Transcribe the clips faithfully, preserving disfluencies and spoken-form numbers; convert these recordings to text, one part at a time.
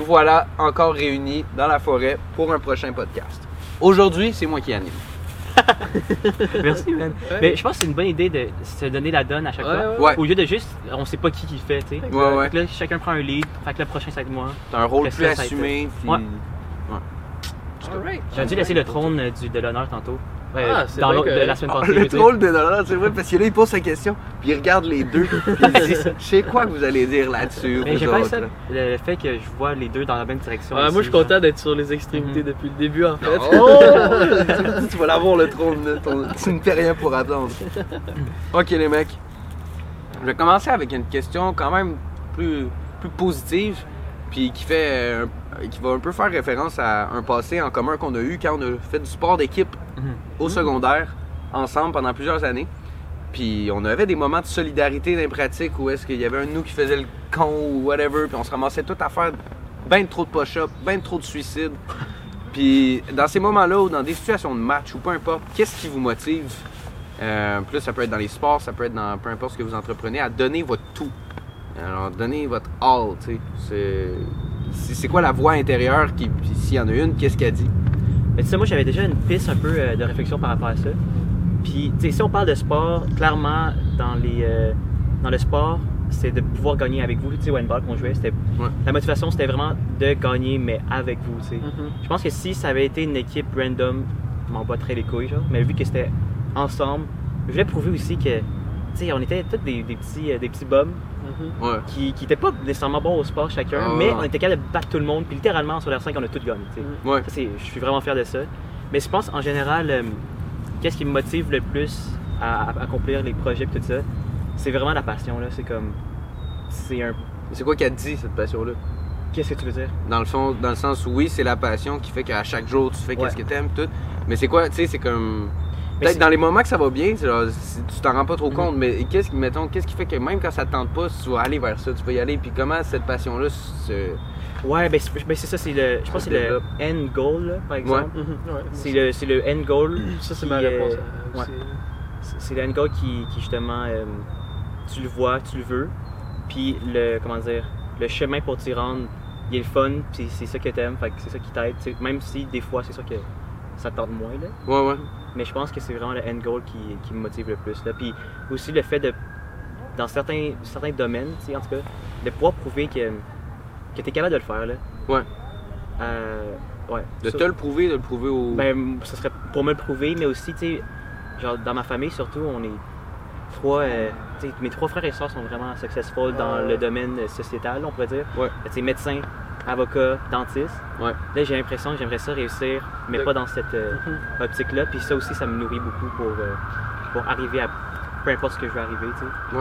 revoilà encore réunis dans la forêt pour un prochain podcast. Aujourd'hui, c'est moi qui anime. Merci, man. Ouais. Mais je pense que c'est une bonne idée de se donner la donne à chaque ouais, fois. Ouais. Ouais. Au lieu de juste, on sait pas qui qui le fait, tu sais. Ouais, ouais. Fait que là, chacun prend un lead. Fait que le prochain, ça va être moi. T'as un rôle Fait que plus ça, ça assumé. Puis... Ouais. Ouais. Alright. J'ai dû laisser le trône euh, du, de l'honneur tantôt. Ah, Euh, c'est dans vrai l'autre que- de la semaine Ah, passée. je le veux dire. drôle de Nolan, c'est vrai, parce que là, il pose sa question, puis il regarde les deux, puis il dit « Je sais quoi que vous allez dire là-dessus. » Mais j'aime pas ça, le, le fait que je vois les deux dans la même direction. Ouais, aussi, moi, je suis genre. content d'être sur les extrémités Mhm. depuis le début, en fait. Oh! Tu vas l'avoir le trône, là, ton... tu ne fais rien pour attendre. Ok les mecs, je vais commencer avec une question quand même plus, plus positive, puis qui fait, euh, qui va un peu faire référence à un passé en commun qu'on a eu quand on a fait du sport d'équipe Mhm. au secondaire, ensemble pendant plusieurs années. Puis on avait des moments de solidarité dans les pratiques où est-ce qu'il y avait un de nous qui faisait le con ou whatever, puis on se ramassait tout à faire ben trop de push-up, ben trop de suicides. Puis dans ces moments-là ou dans des situations de match ou peu importe, qu'est-ce qui vous motive? Euh, puis là, ça peut être dans les sports, ça peut être dans peu importe ce que vous entreprenez, à donner votre tout. Alors, donnez votre all, tu sais. C'est, c'est, c'est quoi la voix intérieure qui, puis s'il y en a une, qu'est-ce qu'elle dit? Mais tu sais, moi, j'avais déjà une piste un peu euh, de réflexion par rapport à ça. Puis, tu sais, si on parle de sport, clairement, dans les euh, dans le sport, c'est de pouvoir gagner avec vous. Tu sais, au handball qu'on jouait, c'était Ouais. la motivation, c'était vraiment de gagner, mais avec vous, tu sais. Mhm. Je pense que si ça avait été une équipe random, je m'en battrais les couilles, genre. Mais vu que c'était ensemble, je voulais prouver aussi que, tu sais, on était tous des, des petits euh, des petits bums Mhm. Ouais. qui qui étaient pas nécessairement bons au sport chacun, Ah, mais ouais. on était capable de battre tout le monde. Puis littéralement, sur l'air cinq, on a tout gagné, tu sais. Mhm. Ouais. Ça, c'est, je suis vraiment fier de ça. Mais je pense en général, euh, qu'est-ce qui me motive le plus à, à accomplir les projets et tout ça, c'est vraiment la passion. Là. C'est comme. C'est un. C'est quoi qu'elle dit, cette passion-là? Qu'est-ce que tu veux dire? Dans le fond, dans le sens où oui, c'est la passion qui fait qu'à chaque jour, tu fais qu'est-ce Ouais. que t'aimes, tout. Mais c'est quoi, tu sais, c'est comme... Mais Peut-être c'est- dans les moments que ça va bien, c'est genre, si tu t'en rends pas trop Mhm. compte, mais qu'est-ce qui, mettons, qu'est-ce qui fait que même quand ça te tente pas, si tu vas aller vers ça, tu vas y aller, puis comment cette passion-là se... Ouais, ben c'est, ben c'est ça, c'est le. Je pense que c'est le end goal, là, par exemple. Mhm. Ouais. C'est, le, c'est le end goal. Ça, c'est qui, ma réponse. euh, euh, ouais. aussi. C'est, c'est le end goal qui, qui justement. euh, tu le vois, tu le veux. Puis le. Comment dire? Le chemin pour t'y rendre, il est le fun, puis c'est ça que t'aimes, fait que c'est ça qui t'aide. tu sais. Même si des fois, c'est sûr que ça te tente moins, là. Ouais, ouais. Mais je pense que c'est vraiment le end goal qui, qui me motive le plus. Là. Puis aussi le fait de, dans certains, certains domaines, tu sais, en tout cas, de pouvoir prouver que, que tu es capable de le faire. Là. Ouais. Euh, ouais. De Ça- te le prouver, de le prouver au... Ben, ce serait pour me le prouver, mais aussi, tu sais, genre dans ma famille surtout, on est trois, euh, tu sais, mes trois frères et sœurs sont vraiment successful dans Ah ouais. le domaine sociétal, on pourrait dire. Ouais. Tu sais, médecin, avocat, dentiste. Ouais. Là, j'ai l'impression que j'aimerais ça réussir, mais De- pas dans cette euh, Mhm. optique-là. Puis ça aussi, ça me nourrit beaucoup pour, euh, pour arriver à peu importe ce que je veux arriver, tu sais. Ouais.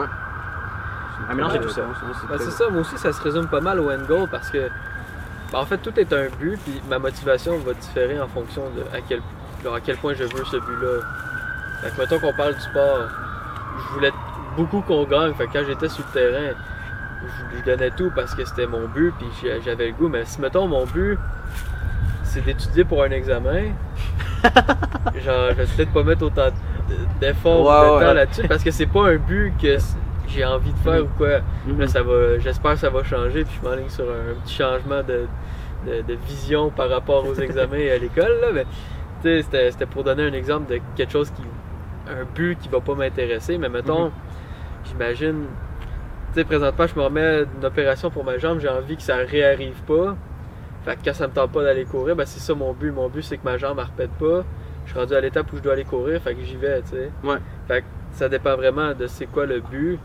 Un mélange de tout ça. Ben, c'est ça, moi aussi, ça se résume pas mal au end goal parce que, ben, en fait, tout est un but, puis ma motivation va différer en fonction de à quel, genre, à quel point je veux ce but-là. Fait que, mettons qu'on parle du sport, je voulais beaucoup qu'on gagne, fait que quand j'étais sur le terrain, je, je donnais tout parce que c'était mon but, puis j'ai- j'avais le goût. Mais si, mettons, mon but, c'est d'étudier pour un examen, genre, je vais peut-être pas mettre autant d'efforts Ouais, ou de temps ouais. là-dessus parce que c'est pas un but que j'ai envie de faire ou quoi. Mhm. Là, ça va, j'espère que ça va changer, puis je m'enligne sur un, un petit changement de, de, de vision par rapport aux examens et à l'école. Là, mais tu sais, c'était, c'était pour donner un exemple de quelque chose qui, un but qui va pas m'intéresser. Mais mettons, Mhm. j'imagine, tu sais, présentement, je me remets d'une opération pour ma jambe, j'ai envie que ça réarrive pas. Fait que quand ça me tente pas d'aller courir, ben c'est ça mon but. Mon but, c'est que ma jambe ne répète pas. Je suis rendu à l'étape où je dois aller courir, fait que j'y vais, tu sais. Ouais. Fait que ça dépend vraiment de c'est quoi le but.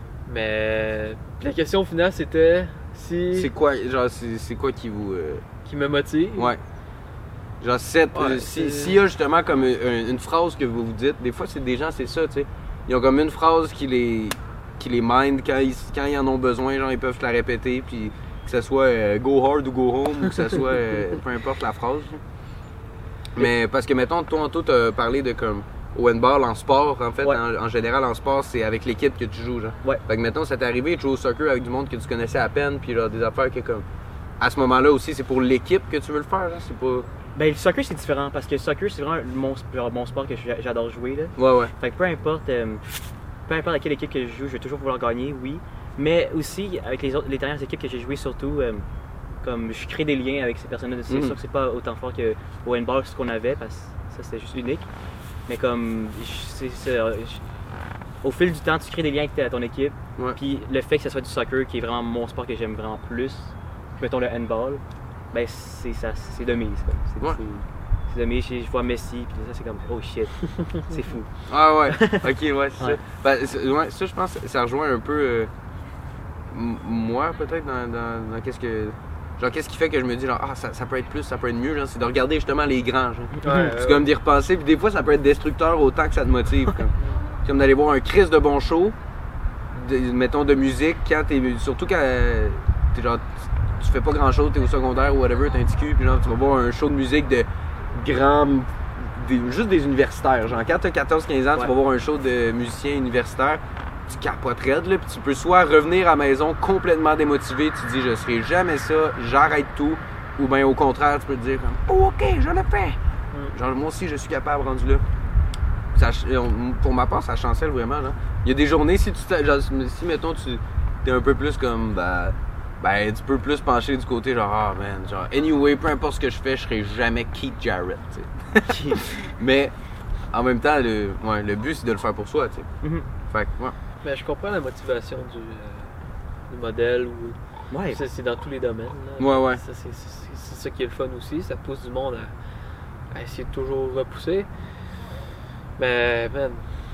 Mais la question finale, c'était si C'est quoi, genre, c'est, c'est quoi qui vous... euh, qui me motive. Ouais. Genre, cette, Ouais, euh, si- c'est- s'il y a justement comme une, une phrase que vous vous dites, des fois, c'est des gens, c'est ça, tu sais. Ils ont comme une phrase qui les, qui les mind quand ils, quand ils en ont besoin, genre, ils peuvent te la répéter, puis que ce soit euh, go hard ou go home, ou que ce soit euh, peu importe la phrase. Mais parce que, mettons, toi, Anto, t'as parlé de comme au handball, en sport, en fait, Ouais. en, en général, en sport, c'est avec l'équipe que tu joues, genre. Ouais. Fait que, mettons, ça t'est arrivé de jouer au soccer avec du monde que tu connaissais à peine, puis genre, des affaires que, comme, à ce moment-là aussi, c'est pour l'équipe que tu veux le faire, genre, c'est pas... Ben, le soccer, c'est différent parce que le soccer, c'est vraiment mon, genre, mon sport que j'a- j'adore jouer. Là. Ouais, ouais. Fait que peu importe, euh, peu importe à quelle équipe que je joue, je vais toujours vouloir gagner, oui. Mais aussi, avec les, autres, les dernières équipes que j'ai jouées, surtout, euh, comme je crée des liens avec ces personnes-là. C'est Mm. sûr que c'est pas autant fort qu'au handball ce qu'on avait, parce que ça c'était juste unique. Mais comme, je- c'est, c'est, euh, je- au fil du temps, tu crées des liens avec ta- ton équipe. Ouais. Puis le fait que ce soit du soccer, qui est vraiment mon sport que j'aime vraiment plus, mettons le handball, ben c'est ça, c'est de mise. Comme. C'est, Ouais. c'est, c'est de mise. Je je vois Messi, puis ça c'est comme oh shit, c'est fou. Ah ouais, ok, ouais, c'est Ouais. ça. Ben, c'est- ouais, ça, je pense que ça rejoint un peu euh, m- moi, peut-être, dans, dans, dans qu'est-ce que. Genre, qu'est-ce qui fait que je me dis, genre, ah, ça, ça peut être plus, ça peut être mieux, genre, c'est de regarder justement les grands, genre. Ouais, C'est ouais, comme d'y repenser, puis des fois, ça peut être destructeur autant que ça te motive. Comme, C'est comme d'aller voir un Christ de bon show, de- mettons de musique, quand t'es. Surtout quand euh, t'es genre. Tu fais pas grand chose, t'es au secondaire ou whatever, t'as un petit cul, puis genre, tu vas voir un show de musique de grands. des- juste des universitaires. Genre, quand t'as quatorze quinze ans, tu Ouais. vas voir un show de musiciens universitaires, tu capotes raide, là, puis tu peux soit revenir à la maison complètement démotivé, tu te dis, je serai jamais ça, j'arrête tout, ou bien au contraire, tu peux te dire, comme, oh, ok, je le fais. Genre, moi aussi, je suis capable, rendu là. Ça, on- pour ma part, ça chancelle vraiment. Là. Il y a des journées, si tu t'as- genre, si mettons, tu es un peu plus comme, ben, ben, tu peux plus pencher du côté, genre, ah, man, genre, anyway, peu importe ce que je fais, je serai jamais Keith Jarrett, tu sais. Mais, en même temps, le, ouais, le but, c'est de le faire pour soi, tu sais. Mhm. Fait que, ouais. Mais je comprends la motivation du, euh, du modèle. Ou... Ouais. C'est, c'est dans tous les domaines. là. Ouais, ouais. Ça, c'est, c'est- c'est ça qui est le fun aussi. Ça pousse du monde à, à essayer de toujours repousser. Mais, man,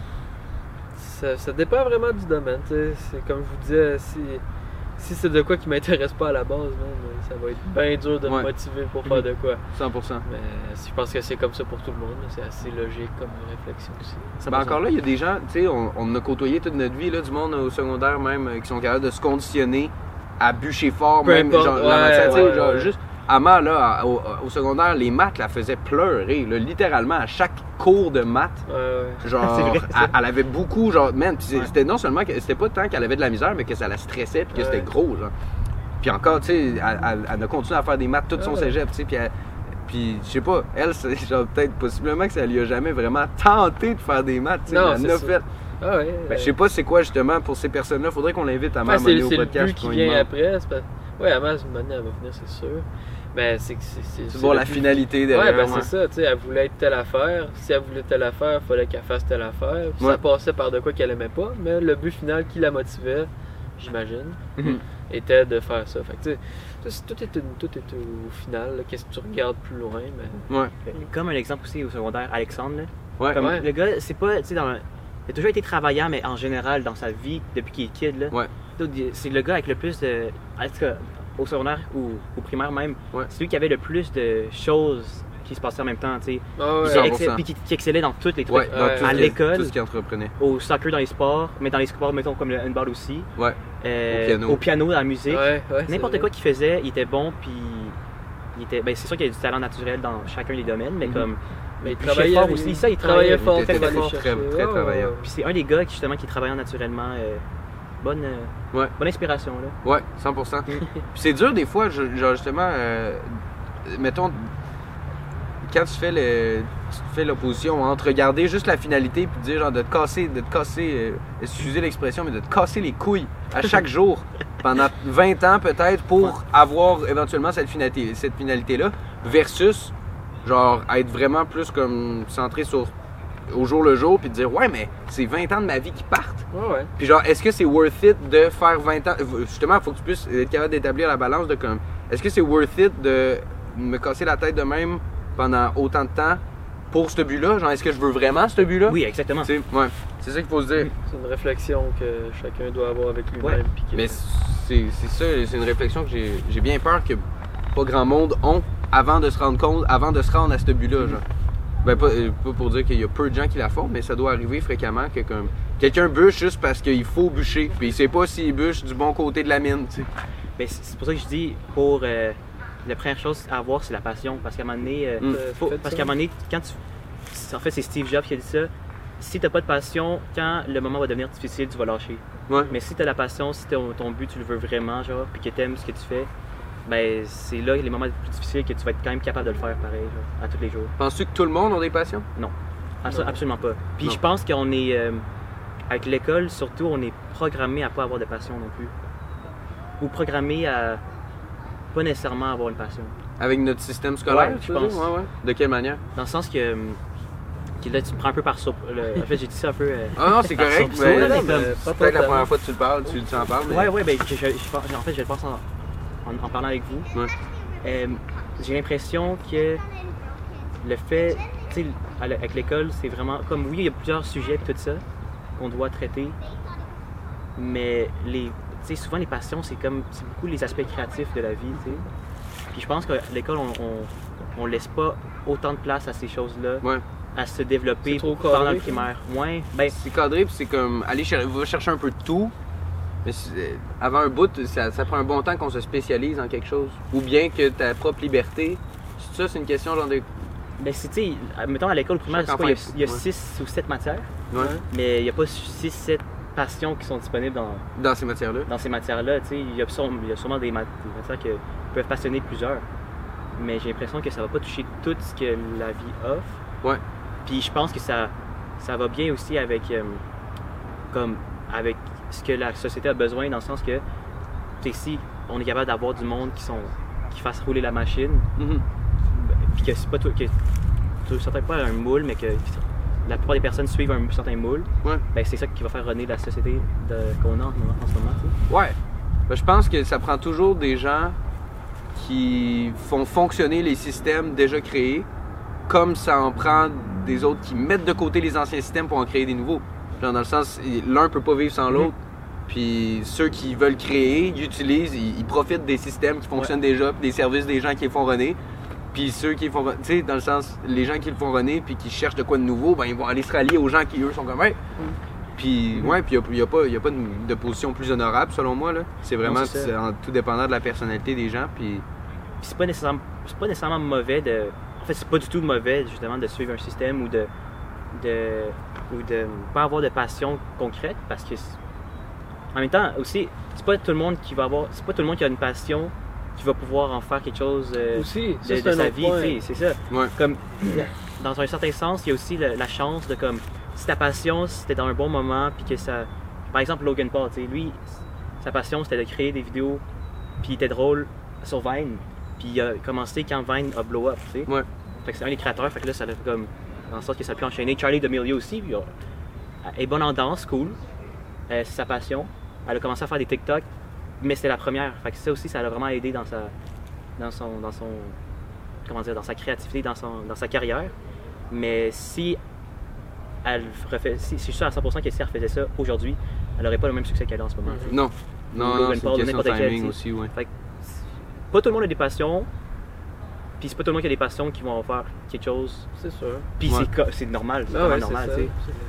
ça, ça dépend vraiment du domaine. tu sais. C'est comme je vous disais, si, si c'est de quoi qui m'intéresse pas à la base, man, ça va être bien dur de Ouais. me motiver pour faire de quoi. cent pour cent. Mais je pense que c'est comme ça pour tout le monde. là. C'est assez logique comme réflexion aussi. Ben encore là, il y a des gens, tu sais, on, on a côtoyé toute notre vie, là, du monde au secondaire même, euh, qui sont capables de se conditionner à bûcher fort, Peu même, importe, genre, la ouais, matière, tu sais, ouais, genre, ouais. juste, Ama, là, à- au, au secondaire, les maths la faisaient pleurer, là, littéralement, à chaque cours de maths. Ouais, ouais. Genre, C'est vrai, ça. elle, elle avait beaucoup, genre, man, pis c'est- Ouais. c'était non seulement que c'était pas tant qu'elle avait de la misère, mais que ça la stressait, puis que Ouais. c'était gros, genre. Puis encore, tu sais, elle, elle- elle a continué à faire des maths tout son Ouais. cégep, tu sais, puis elle- puis je sais pas, elle, c'est genre peut-être possiblement que ça lui a jamais vraiment tenté de faire des maths, tu sais, Non, elle c'est en a ça. fait. Ah ouais. Ben, je sais pas c'est quoi justement pour ces personnes-là, faudrait qu'on l'invite à Enfin, même c'est, au c'est le podcast. but qui qu'on lui vient demande. après. C'est pas... Ouais, Amas, une année, elle va venir, c'est sûr. Mais c'est que c'est. C'est, C'est c'est voir le la but. finalité Ouais, derrière. ben ouais. c'est ça, tu sais, elle voulait être telle affaire. Si elle voulait telle affaire, il fallait qu'elle fasse telle affaire. Puis Ouais. ça passait par de quoi qu'elle aimait pas. Mais le but final qui la motivait, j'imagine, Mhm. était de faire ça. Fait que tu sais, tout, c'est- tout est, une- tout est au final. là. Qu'est-ce que tu regardes plus loin, mais. Ouais. Comme un exemple aussi au secondaire, Alexandre, là. Ouais. Comme Ouais. le gars, c'est pas, tu sais, dans, il a toujours été travaillant, mais en général, dans sa vie, depuis qu'il est kid, là, Ouais. c'est le gars avec le plus de, en tout cas, au secondaire ou au primaire même, Ouais. c'est lui qui avait le plus de choses qui se passaient en même temps, tu sais. Ah Puis cent qui pour excelle- cent. Puis qui, qui excellait dans tous les trucs. Ouais, dans Ouais. tout À ce qui- l'école. Tout ce qu'il entreprenait. Au soccer, dans les sports, mais dans les sports, mettons, comme le handball aussi. Ouais. Euh, Au piano. Au piano, dans la musique. Ouais, ouais, c'est N'importe vrai. quoi qu'il faisait, il était bon, puis il était, ben, c'est sûr qu'il y a du talent naturel dans chacun des domaines, mais Mhm. comme, Mais il pitchait travaillait fort aussi, ça, il travaillait fort Il était pour très, aller fort, chercher. très, très Ouais, travaillant. ouais, puis c'est un des gars qui justement qui travaillait naturellement, euh, bonne, euh, Ouais. bonne inspiration là. Ouais, cent pour cent. Puis c'est dur des fois, je- genre justement, euh, mettons, quand tu fais le, tu fais l'opposition entre regarder juste la finalité puis dire genre de te casser, de te casser, euh, excusez l'expression, mais de te casser les couilles à chaque jour pendant vingt ans peut-être pour avoir éventuellement cette finalité, cette finalité-là, versus genre être vraiment plus comme centré sur au jour le jour puis de dire ouais mais c'est vingt ans de ma vie qui partent. Ouais, ouais. Puis genre, est-ce que c'est worth it de faire vingt ans? Justement, il faut que tu puisses être capable d'établir la balance de comme, est-ce que c'est worth it de me casser la tête de même pendant autant de temps pour ce but-là? Genre, est-ce que je veux vraiment ce but-là? Oui, exactement. Tu sais, ouais, c'est ça qu'il faut se dire. C'est une réflexion que chacun doit avoir avec lui-même. Ouais. puis que- Mais c'est c'est ça, c'est une réflexion que j'ai j'ai bien peur que pas grand monde ont avant de se rendre compte, avant de se rendre à ce but-là, genre. Ben, pas, euh, pas pour dire qu'il y a peu de gens qui la font, mais ça doit arriver fréquemment que comme quelqu'un bûche juste parce qu'il faut bûcher, puis il sait pas s'il bûche du bon côté de la mine, tu sais. Ben, c'est c'est pour ça que je dis, pour euh, la première chose à avoir, c'est la passion. Parce qu'à un moment donné, euh, Mm. Euh, faut- faites parce ça. qu'à un moment donné, quand tu. En fait, c'est Steve Jobs qui a dit ça. Si t'as pas de passion, quand le moment va devenir difficile, tu vas lâcher. Ouais. Mais si t'as la passion, si ton, ton but, tu le veux vraiment, genre, puis que t'aimes ce que tu fais, ben c'est là les moments les plus difficiles que tu vas être quand même capable de le faire pareil, genre, à tous les jours. Penses-tu que tout le monde a des passions? Abso- Non. Absolument pas. Puis Non. je pense qu'on est. euh, avec l'école, surtout, on est programmé à pas avoir de passion non plus. Ou programmé à. Pas pas nécessairement avoir une passion. Avec notre système scolaire, Ouais, tu je veux pense. dire? Ouais, ouais. De quelle manière? Dans le sens que, hum, que là, tu me prends un peu par surprise. En fait, j'ai dit ça un peu. euh, Ah non, c'est par correct. sursaut, Mais, là, mais mais comme- pas c'est peut-être la totalement. première fois que tu le parles, tu, tu en parles. Mais... Ouais, ouais, ben, je, je- je- en fait, je le pense en, en, en parlant avec vous. Ouais. Euh, j'ai l'impression que le fait, tu sais, à l- avec l'école, c'est vraiment comme, oui, il y a plusieurs sujets et tout ça qu'on doit traiter, mais les, tu sais, souvent les passions, c'est comme, c'est beaucoup les aspects créatifs de la vie, tu sais. Puis je pense qu'à l'école, on, on, on laisse pas autant de place à ces choses-là, Ouais. à se développer C'est trop pendant cadré, le primaire. Ouais, ben, C'est cadré, puis c'est comme aller cher- va chercher un peu de tout. Mais c'est- euh, avant un bout, ça, ça prend un bon temps qu'on se spécialise en quelque chose. Ou bien que ta propre liberté. C'est ça, c'est une question genre de. ben c'est, tu sais, mettons à l'école primaire, Chaque c'est quoi, il y a- enfant, il y a ouais. six ou sept matières, Ouais. mais il n'y a pas six sept passions qui sont disponibles dans, Dans ces matières-là. dans ces matières-là. Tu sais, il y a sûrement, il y a sûrement des, mat- des matières qui peuvent passionner plusieurs, mais j'ai l'impression que ça va pas toucher tout ce que la vie offre. Ouais. Puis je pense que ça, ça va bien aussi avec, euh, comme, avec ce que la société a besoin, dans le sens que, tu sais, si on est capable d'avoir du monde qui, sont, qui fasse rouler la machine, Mhm. puis que c'est pas tout, que tu certains pas un moule, mais que la plupart des personnes suivent un certain moule, Ouais. ben c'est ça qui va faire runner la société de- qu'on a en, en ce moment. tu sais. Ouais. Ben, je pense que ça prend toujours des gens qui font fonctionner les systèmes déjà créés, comme ça en prend des autres qui mettent de côté les anciens systèmes pour en créer des nouveaux. Genre dans le sens, l'un peut pas vivre sans l'autre. Puis ceux qui veulent créer, ils utilisent, ils, ils profitent des systèmes qui fonctionnent déjà, puis des services des gens qui les font runner. Puis ceux qui font, tu sais, dans le sens, les gens qui le font runner, puis qui cherchent de quoi de nouveau, ben ils vont aller se rallier aux gens qui eux sont comme, hey. Puis ouais, puis il n'y a, pas- y a pas de, de position plus honorable selon moi là. C'est vraiment Non, c'est ça. c'est en- tout dépendant de la personnalité des gens. Puis Puis c'est pas nécessairement, c'est pas nécessairement mauvais de. En fait, c'est pas du tout mauvais justement de suivre un système ou de. de ou de pas avoir de passion concrète parce que. c'est- En même temps, aussi, c'est pas tout le monde qui va avoir. C'est pas tout le monde qui a une passion qui va pouvoir en faire quelque chose euh, Aussi, ça, de, c'est de un sa autre vie, point. tu sais, c'est ça. ouais, Comme, dans un certain sens, il y a aussi le- la chance de comme, si ta passion, c'était dans un bon moment, puis que ça, par exemple Logan Paul, tu sais, lui, sa passion c'était de créer des vidéos, puis il était drôle sur Vine, puis il a commencé quand Vine a blow up, tu sais. ouais. Fait que c'est un des créateurs, fait que là ça a comme, en sorte que ça a pu enchaîner. Charlie D'Amelio aussi, puis, euh, elle est bonne en danse, cool, euh, c'est sa passion. Elle a commencé à faire des TikTok, mais c'était la première, fait que ça aussi, ça l'a vraiment aidé dans sa, dans son, dans son, comment dire, dans sa créativité, dans son, dans sa carrière. Mais si elle refait, si, si je suis sûr à cent pour cent que si elle refaisait ça aujourd'hui, elle n'aurait pas le même succès qu'elle a en ce moment. tu sais. Non, non, Logan non, c'est Paul, une question de n'importe quel, timing tu aussi, ouais. Fait que c'est- pas tout le monde a des passions, puis c'est pas tout le monde qui a des passions qui vont faire quelque chose. C'est sûr. Puis Ouais. c'est co- c'est normal, c'est Ah vraiment ouais, normal, c'est tu ça. sais.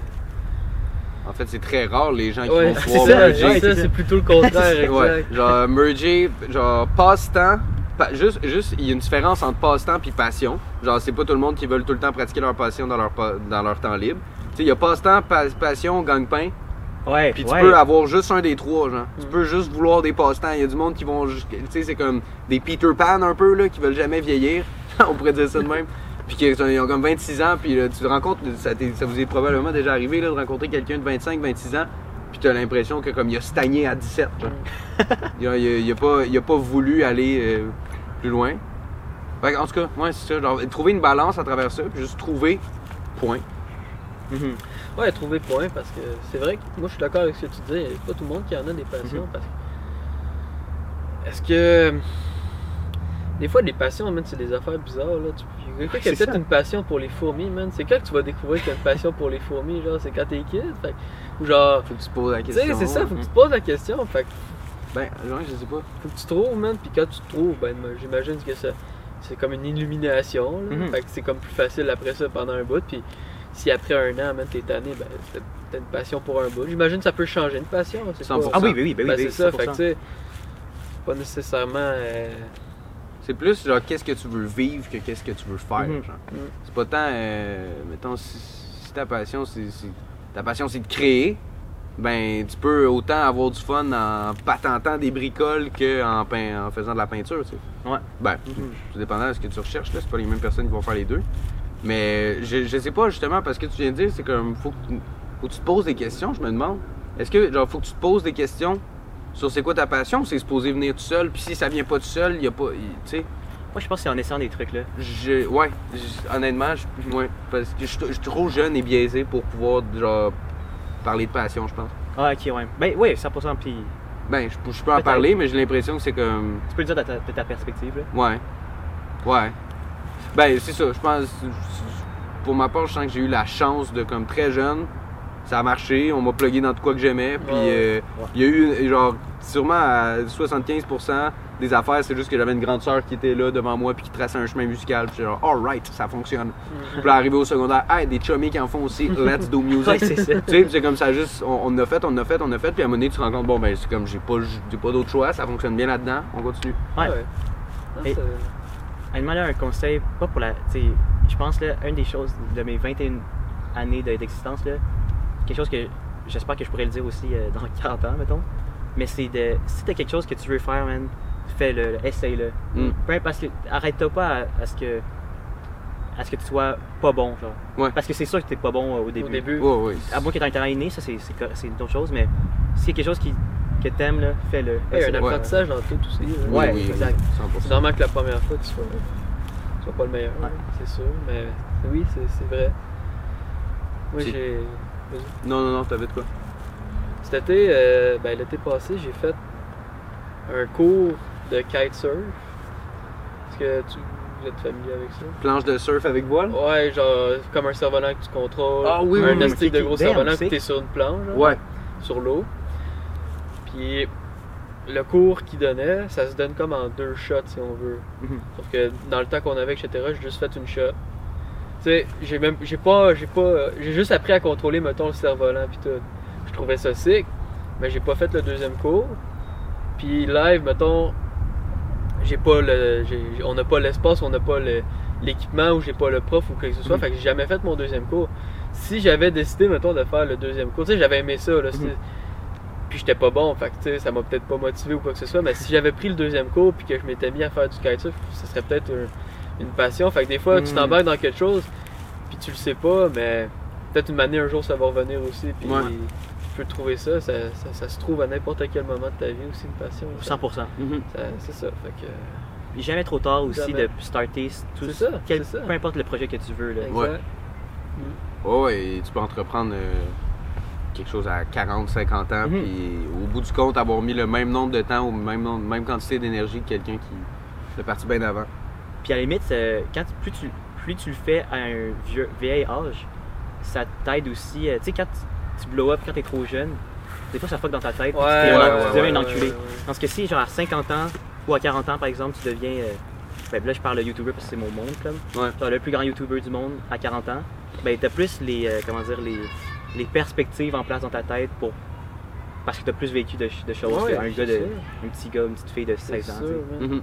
En fait, c'est très rare les gens qui Ouais, vont c'est pouvoir ça, merger. ouais, c'est ça, ça. c'est plutôt le contraire, Ouais, exact. genre merger, genre passe-temps, pa- juste, juste, il y a une différence entre passe-temps puis passion. Genre, c'est pas tout le monde qui veut tout le temps pratiquer leur passion dans leur, pa- dans leur temps libre. Tu sais, il y a passe-temps, pa- passion, gagne-pain, Ouais, puis tu ouais. peux avoir juste un des trois, genre. Tu Mm. peux juste vouloir des passe-temps. Il y a du monde qui vont, juste- tu sais, c'est comme des Peter Pan un peu, là, qui veulent jamais vieillir. On pourrait dire ça de même. Puis qu'ils ont comme vingt-six ans, puis là, tu te rencontres, ça, t'est- ça vous est probablement déjà arrivé, là, de rencontrer quelqu'un de vingt-cinq, vingt-six ans, puis tu as l'impression que comme il a stagné à dix-sept. genre. il, a, il a- il a pas, il a pas voulu aller euh, plus loin. Fait que, en tout cas, ouais, c'est ça. Genre, trouver une balance à travers ça, puis juste trouver, point. Mhm. Ouais, trouver point, parce que c'est vrai que moi je suis d'accord avec ce que tu dis, il n'y a pas tout le monde qui en a des passions. Mhm. Parce que... Est-ce que. Des fois, les passions, man, c'est des affaires bizarres. Là. Tu... Il y a quelqu'un qui a c'est peut-être ça. une passion pour les fourmis, man. C'est quand que tu vas découvrir que tu as une passion pour les fourmis, genre, c'est quand t'es kid. Fait... que- Ou genre. Faut que tu te poses la Tu question. sais, c'est ça, faut que tu te poses la question. Fait que Ben, ouais, je sais pas. faut que tu trouves, man. Puis quand tu trouves, ben, j'imagine que ça, c'est comme une illumination. Là. Mhm. Fait que c'est comme plus facile après ça pendant un bout. Puis si après un an, man, t'es tanné, ben, t'as- t'as une passion pour un bout. J'imagine que ça peut changer une passion. C'est cent pour pas- Ah oui, oui, oui, ben oui, Ben, oui, c'est ça, cent pour fait que cent. tu sais, pas nécessairement. euh, C'est plus genre qu'est-ce que tu veux vivre que qu'est-ce que tu veux faire. Mhm. genre. Mhm. C'est pas tant, euh, mettons, si, si ta passion, c'est, c'est- ta passion c'est de créer, ben tu peux autant avoir du fun en patentant des bricoles qu'en pein- en faisant de la peinture, tu sais. Ouais. Ben, Mhm. tout dépendant de ce que tu recherches, là, c'est pas les mêmes personnes qui vont faire les deux. Mais je, je sais pas, justement, parce que tu viens de dire, c'est comme, faut que, tu- faut que tu te poses des questions, je me demande. Est-ce que, genre, faut que tu te poses des questions sur c'est quoi ta passion, c'est supposé venir tout seul, puis si ça vient pas tout seul, il y a pas, il- tu sais. Moi, je pense que c'est en essayant des trucs, là. Je, ouais, je- honnêtement, je, ouais, parce que je, suis je suis trop jeune et biaisé pour pouvoir genre parler de passion, je pense. Ah, ok, ouais. Ben, oui, cent pour cent, puis Ben, je, je peux en Peut-être. parler, mais j'ai l'impression que c'est comme, tu peux le dire de ta, de ta perspective, là. ouais, ouais. Ben, c'est ça. Je pense, pour ma part, je sens que j'ai eu la chance de comme très jeune, ça a marché, on m'a plugué dans de quoi que j'aimais, puis euh, il y a eu genre sûrement à soixante-quinze pour cent des affaires, c'est juste que j'avais une grande sœur qui était là devant moi puis qui traçait un chemin musical, puis genre alright, ça fonctionne. Puis là arrivé au secondaire, hey, des chummies qui en font aussi, let's do music. Ouais, c'est ça. Tu sais, puis c'est comme ça juste on, on a fait, on a fait, on a fait, puis à un moment donné tu te rends compte bon ben c'est comme j'ai pas j'ai pas d'autre choix, ça fonctionne bien là-dedans, on continue. Ouais. Non, Et- ça- Honnêtement, là, un conseil, pas pour la. Tu sais, je pense, là, une des choses de mes vingt et une années de- d'existence, là, quelque chose que j'espère que je pourrais le dire aussi euh, dans quarante ans, mettons, mais c'est de. Si t'as quelque chose que tu veux faire, man, fais-le, là, essaye-le. Mm. Peu importe, parce que arrête-toi pas à, à ce que. à ce que tu sois pas bon, genre. Ouais. Parce que c'est sûr que t'es pas bon euh, au début. Au début. Ouais, ouais. À moins que t'aies un talent inné, ça c'est c'est co- c'est une autre chose, mais s'il y a quelque chose qui, que t'aimes, là, fais-le. Il y a un Essaie-le. apprentissage dans tout aussi. là. Oui, Ouais, oui, oui, exact. cent pour cent. C'est normal que la première fois, tu sois, tu sois pas le meilleur, Ouais. c'est sûr, mais oui, c'est c'est vrai. Moi, C'est- j'ai. vas-y. Non, non, non, t'avais de quoi? Cet été, euh, ben, l'été passé, j'ai fait un cours de kitesurf. Est-ce que tu vous êtes familier avec ça? Planche de surf avec voile? Ouais, genre comme un cerf-volant que tu contrôles. Ah oui, un oui, oui. astique de gros Damn, cerf-volant c'est- que t'es sur une planche, genre, Ouais. sur l'eau. Puis le cours qu'il donnait, ça se donne comme en deux shots si on veut. Mhm. Sauf que dans le temps qu'on avait, et cetera, j'ai juste fait une shot. Tu sais, j'ai même, j'ai pas, j'ai pas, j'ai juste appris à contrôler, mettons, le cerf-volant puis tout. Je trouvais ça sick, mais j'ai pas fait le deuxième cours. Puis live, mettons, j'ai pas le, j'ai- on n'a pas l'espace, on n'a pas le- l'équipement ou j'ai pas le prof ou quoi que ce soit. Mhm. Fait que j'ai jamais fait mon deuxième cours. Si j'avais décidé, mettons, de faire le deuxième cours, tu sais, j'avais aimé ça, là. c'était- Mhm. Puis j'étais pas bon, fait que tu sais, ça m'a peut-être pas motivé ou quoi que ce soit, mais si j'avais pris le deuxième cours puis que je m'étais mis à faire du kitesurf, ça serait peut-être un- une passion. Fait que des fois, tu Mm. t'embarques dans quelque chose puis tu le sais pas, mais peut-être une année, un jour, ça va revenir aussi. Puis Ouais. tu peux trouver ça ça, ça, ça se trouve à n'importe quel moment de ta vie aussi, une passion. cent pour cent. Mhm. Ça- C'est ça, fait que... Puis jamais trop tard aussi Jamais. de starter tout C'est ça, quel- c'est ça. peu importe le projet que tu veux. Là. Exact. Ouais. Ouais, ouais, et tu peux entreprendre euh, quelque chose à quarante, cinquante ans, Mhm. puis au bout du compte, avoir mis le même nombre de temps ou même, nombre- même quantité d'énergie que quelqu'un qui est parti bien avant. Puis à la limite, euh, quand tu- plus, tu, plus tu le fais à un vieux, vieil âge, ça t'aide aussi. euh, tu sais, quand tu, tu blow up quand t'es trop jeune, des fois ça fuck dans ta tête. puis Ouais, tu, t'es ouais, un- ouais, tu deviens ouais, un enculé. ouais, ouais. Parce que si, genre à cinquante ans ou à quarante ans par exemple, tu deviens. euh, ben là, je parle de YouTuber parce que c'est mon monde, comme. Ouais. Genre le plus grand YouTuber du monde à quarante ans, ben t'as plus les. euh, comment dire, les, les perspectives en place dans ta tête pour. Parce que t'as plus vécu de, de choses Ouais, qu'un gars c'est de. sûr. Un petit gars, une petite fille de C'est seize ans. sûr, tu sais. man. Mhm.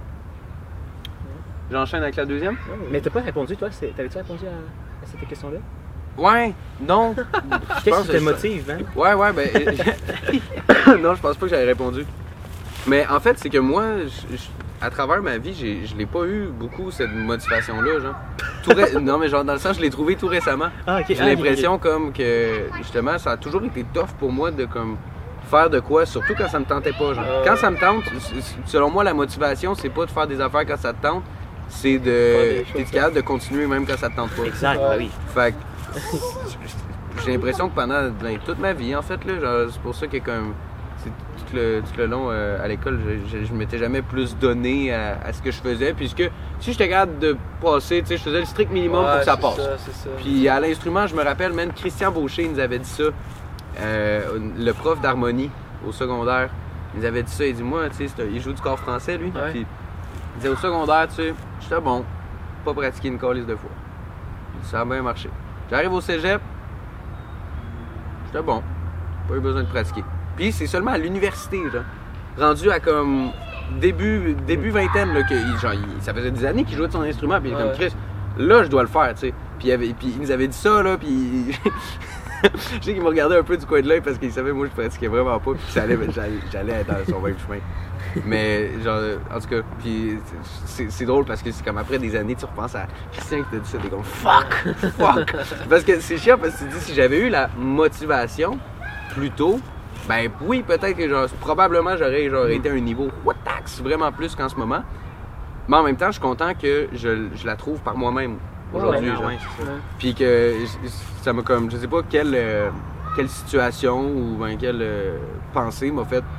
J'enchaîne avec la deuxième? Ouais, ouais. Mais t'as pas répondu, toi? c'est- T'avais-tu répondu à, à cette question-là? Ouais, non. Qu'est-ce pense qui te que je- motive, hein? Ouais, ouais, ben. non, je pense pas que j'avais répondu. Mais en fait, c'est que moi, je- je- à travers ma vie, j'ai- je l'ai pas eu beaucoup cette motivation-là, genre. Tout ré- Non, mais genre, dans le sens, je l'ai trouvé tout récemment. Ah, ok. J'ai Ah, l'impression comme que, justement, ça a toujours été tough pour moi de comme faire de quoi, surtout quand ça me tentait pas, genre. Ah. Quand ça me tente, c- c- selon moi, la motivation, c'est pas de faire des affaires quand ça te tente, c'est Faire de... des choses T'es capable de continuer même quand ça te tente pas. Exact, Ouais. bah oui. Fait que j'ai l'impression que pendant ben, toute ma vie, en fait, là, genre, c'est pour ça que comme c'est tout le, tout le long euh, à l'école, je, je, je m'étais jamais plus donné à, à ce que je faisais, puisque si j'étais capable de passer, tu sais, je faisais le strict minimum Ouais, pour que ça c'est passe. ça, c'est ça. Puis à l'instrument, je me rappelle, même Christian Baucher il nous avait dit ça, euh, le prof d'harmonie au secondaire, il nous avait dit ça, il dit moi, tu sais, c'est un- il joue du corps français lui, Ouais. puis il disait au secondaire, tu sais, j'étais bon, pas pratiquer une calice de fois. Puis ça a bien marché. J'arrive au cégep, j'étais bon, pas eu besoin de pratiquer. Puis c'est seulement à l'université, genre, rendu à comme début, début vingtaine, là, que, il- genre, il- ça faisait des années qu'il jouait de son instrument, puis il est comme Ouais. Chris, là je dois le faire, tu sais. Puis il, avait- puis il nous avait dit ça, là, puis je sais qu'il me regardait un peu du coin de l'œil parce qu'il savait moi je pratiquais vraiment pas, puis que ça allait, j'allais, j'allais être dans son même chemin. Mais genre, en tout cas, puis c'est, c'est drôle parce que c'est comme après des années, tu repenses à Christian qui t'a dit ça, t'es comme fuck, fuck. Parce que c'est chiant parce que tu te dis si j'avais eu la motivation plus tôt, Ben oui, peut-être que genre, probablement j'aurais genre, Mm. été à un niveau what tax vraiment plus qu'en ce moment. Mais en même temps, je suis content que je, je la trouve par moi-même aujourd'hui. Ouais, genre. ouais, c'est ça. Ouais. Puis que j- ça m'a comme, je sais pas quelle, euh, quelle situation ou ben, quelle euh, pensée m'a fait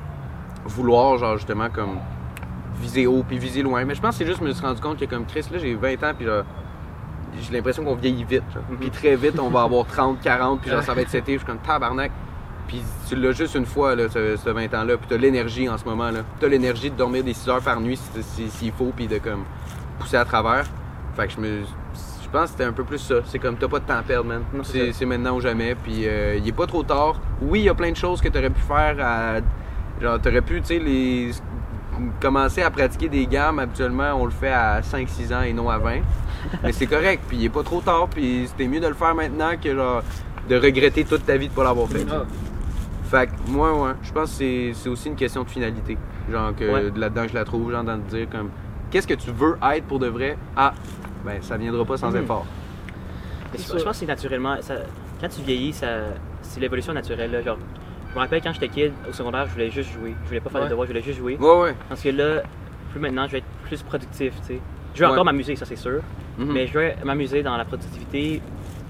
vouloir, genre justement, comme viser haut puis viser loin. Mais je pense que c'est juste que je me suis rendu compte que comme Chris, là j'ai vingt ans puis genre, j'ai l'impression qu'on vieillit vite. Genre. Mhm. Puis très vite, on va avoir trente, quarante, puis genre ça va être cet été, je suis comme tabarnak. Puis tu l'as juste une fois, là, ce, ce vingt ans-là, puis t'as l'énergie en ce moment, là. T'as l'énergie de dormir des six heures par nuit si- si- s'il faut, puis de comme pousser à travers. Fait que je me... Je pense que c'était un peu plus ça. C'est comme t'as pas de temps à perdre, man. Non, c'est C'est ça. c'est maintenant ou jamais, puis euh, il est pas trop tard. Oui, il y a plein de choses que t'aurais pu faire à... Genre, t'aurais pu, tu sais, les... commencer à pratiquer des gammes. Habituellement, on le fait à cinq six ans et non à vingt. Mais c'est correct, puis il est pas trop tard, puis c'était mieux de le faire maintenant que genre de regretter toute ta vie de pas l'avoir fait. Ah. Fait que moi, ouais, je pense que c'est- c'est aussi une question de finalité. Genre que Ouais. là-dedans je la trouve, genre dans de dire comme qu'est-ce que tu veux être pour de vrai? Ah, ben ça viendra pas sans Mhm. effort. Mais C'est je, ça. je pense que c'est naturellement. Ça, quand tu vieillis, ça, c'est l'évolution naturelle. Là, genre, je me rappelle quand j'étais kid, au secondaire, je voulais juste jouer. Je voulais pas faire Ouais. de devoirs, je voulais juste jouer. Ouais, ouais. Parce que là, plus maintenant, je vais être plus productif. Tu sais. Je vais Ouais. encore m'amuser, ça c'est sûr. Mhm. Mais je vais m'amuser dans la productivité.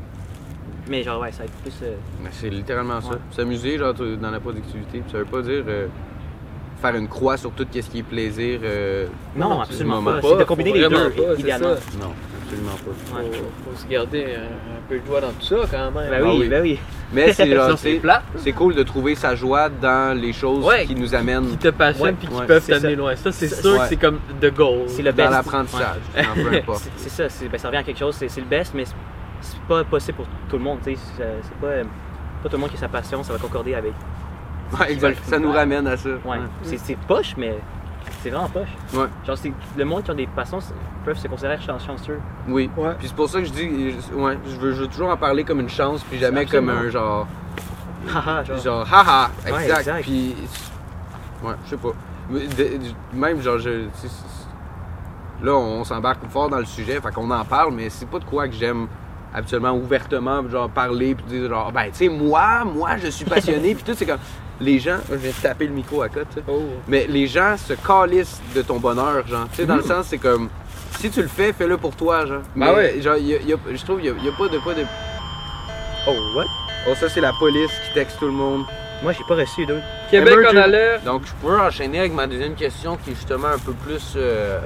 Mais genre, ouais, ça va être plus. euh, Mais c'est littéralement ça. Ouais. S'amuser genre t- dans la productivité. Puis ça veut pas dire euh, faire une croix sur tout ce qui est plaisir. euh, Non, Non, absolument moment. pas. Pas, C'est de faut combiner les vraiment deux, pas, c'est idéalement. ça. Non, absolument pas. Ouais. Faut, faut se garder un, un peu de joie dans tout ça quand même. Ben Ah oui, oui. ben oui. Mais c'est genre, Sinon, tu c'est sais, plat. c'est cool de trouver sa joie dans les choses Ouais. qui nous amènent Qui te passionnent Ouais, puis qui ouais, peuvent c'est t'amener ça. loin. Ça, c'est C'est- sûr ouais. que c'est comme the goal. C'est le dans best. l'apprentissage. Non, peu importe. C'est- C'est ça, c'est- ben, ça revient à quelque chose, c'est c'est le best, mais c'est- c'est pas possible pour tout le monde. tu sais. C'est c'est pas, euh, pas tout le monde qui a sa passion, ça va concorder avec. Ouais, exact. Ça nous ramène à ça. Ouais, c'est c'est poche, mais c'est vraiment poche. Ouais. Genre, c'est- le monde qui a des passions c'est- peuvent se considérer chan- chanceux. Oui. Ouais. Puis c'est pour ça que je dis, je- ouais, je veux, je veux toujours en parler comme une chance, puis jamais Absolument. comme un genre, Haha, genre. genre, haha, Ouais, exact. exact. Puis, ouais, je sais pas. Mais de- de- même, genre, je, tu sais, c'est- là, on s'embarque fort dans le sujet, fait qu'on en parle, mais c'est pas de quoi que j'aime habituellement ouvertement, genre, parler, puis dire, genre, ben, tu sais, moi, moi, je suis passionné, puis tout, c'est comme, les gens, je viens de taper le micro à côté, tu sais. Oh. Mais les gens se calissent de ton bonheur, genre. Tu sais, dans le Mhm. sens, c'est comme, si tu le fais, fais-le pour toi, genre. Ben Mais, ouais. genre, y a- y a- je trouve, il n'y a, pas de quoi de. Oh, what? Oh, ça, c'est la police qui texte tout le monde. Moi, j'ai pas reçu d'autres. Québec en Emergen- alerte. Donc, je peux enchaîner avec ma deuxième question qui est justement un peu plus. euh,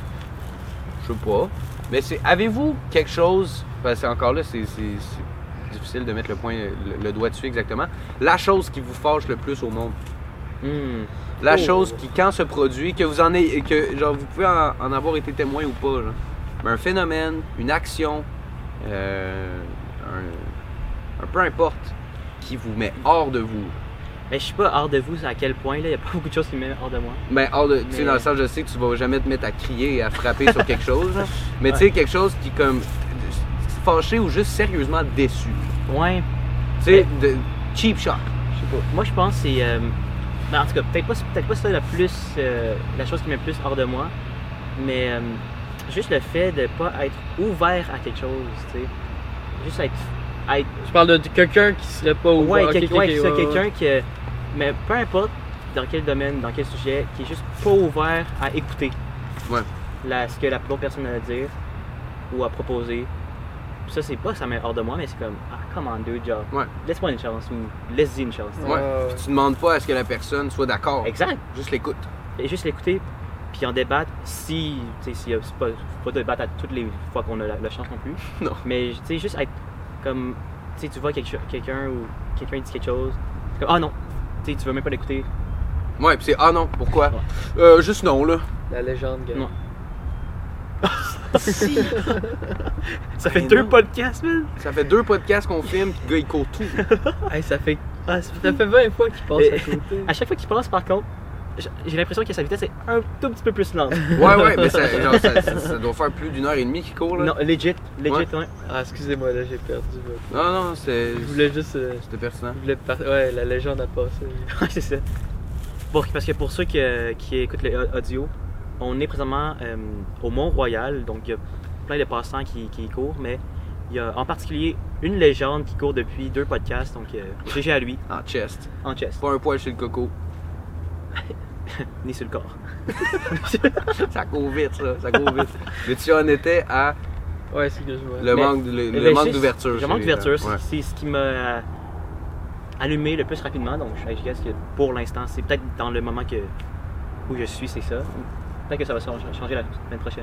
je sais pas. Mais c'est, avez-vous quelque chose. Parce que encore là, c'est, c'est- c'est difficile de mettre le, point, le, le doigt dessus exactement. La chose qui vous fâche le plus au monde. Hmm. La Oh. chose qui, quand se produit, que vous en ayez, que genre vous pouvez en, en avoir été témoin ou pas, genre. Mais un phénomène, une action, euh, un, un peu importe, qui vous met hors de vous. Mais je suis pas hors de vous à quel point, là. Il y a pas beaucoup de choses qui me mettent hors de moi. Mais hors de, tu sais, Mais- dans le sens, je sais que tu vas jamais te mettre à crier et à frapper sur quelque chose, genre. Mais tu sais, quelque chose qui comme fâché ou juste sérieusement déçu. Ouais. Tu sais, de cheap shot. Je sais pas. Moi, je pense que c'est. euh, ben, en tout cas, peut-être pas, peut-être pas ça la plus. euh, la chose qui met le plus hors de moi. Mais euh, juste le fait de pas être ouvert à quelque chose, tu sais. Juste être. être Je parle de quelqu'un qui serait pas ouvert. ouais, Ok, quel- ok, ouais, ok, c'est ça, ouais, ouais. quelqu'un que. Mais peu importe dans quel domaine, dans quel sujet, qui est juste pas ouvert à écouter Ouais. la, ce que la l'autre personne a à dire ou à proposer. Puis ça, c'est pas que ça met hors de moi, mais c'est comme, ah, come on, dude, genre, Ouais. laisse-moi une chance ou laisse-y une chance. tu sais. Ouais. Ouais. Puis tu demandes pas à ce que la personne soit d'accord. Exact. Juste l'écoute. Et juste l'écouter, puis en débattre si, tu sais, s'il y a- c'est pas, faut pas débattre à toutes les fois qu'on a la, la chance non plus. Non. Mais, tu sais, juste être comme, tu sais, tu vois quelque cho- quelqu'un ou quelqu'un dit quelque chose, c'est comme, ah non, tu sais, tu veux même pas l'écouter. Ouais, puis c'est ah non, pourquoi? Ouais. Euh, juste non, là. La légende, gars. Non. Si! Ça fait Ben deux non. podcasts, man! Ça fait deux podcasts qu'on filme, puis le gars il court tout. Hey, ça fait Ah, ça ça fait vingt fois qu'il passe Et- à côté. À chaque fois qu'il passe, par contre, j- j'ai l'impression que sa vitesse est un tout petit peu plus lente. Ouais, ouais, mais ça, genre, ça, ça- ça doit faire plus d'une heure et demie qu'il court, là. Non, legit, legit, Ouais. ouais. Ah, excusez-moi, là, j'ai perdu. votre- Non, non, c'est. Je voulais juste. euh, C'était pertinent. je voulais par- Ouais, la légende a passé. Ouais, c'est ça. Bon, parce que pour ceux qui, euh, qui écoutent l'audio, on est présentement euh, au Mont-Royal, donc il y a plein de passants qui, qui y courent, mais Il y a en particulier une légende qui court depuis deux podcasts, donc euh, G G à lui, En chest. en chest, Pas un poil chez le coco. ni sur le corps. Ça court vite, ça. Ça court vite. Mais tu en étais à Ouais, c'est que je vois. le Mais- manque, de- le, Mais le manque c'est- d'ouverture. Le chez manque les d'ouverture, gens. Ouais. c'est c'est ce qui m'a euh, allumé le plus rapidement. Donc, je je guess que pour l'instant, c'est peut-être dans le moment que, où je suis, c'est ça. Peut-être que ça va changer changer la semaine prochaine.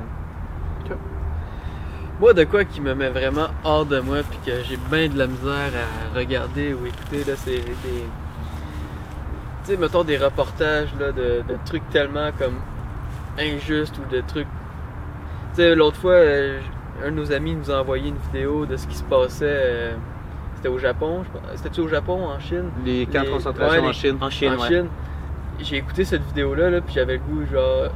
Moi, de quoi qui me met vraiment hors de moi, puis que j'ai bien de la misère à regarder ou écouter, là, c'est des. Tu sais, mettons des reportages là, de, de trucs tellement comme injustes ou de trucs. Tu sais, l'autre fois, euh, un de nos amis nous a envoyé une vidéo de ce qui se passait. euh, C'était au Japon, je pense. C'était-tu au Japon, en Chine? Les camps de Les- concentration ouais, en les- Chine. En Chine, en ouais. Chine. J'ai écouté cette vidéo-là, là, puis j'avais le goût, genre.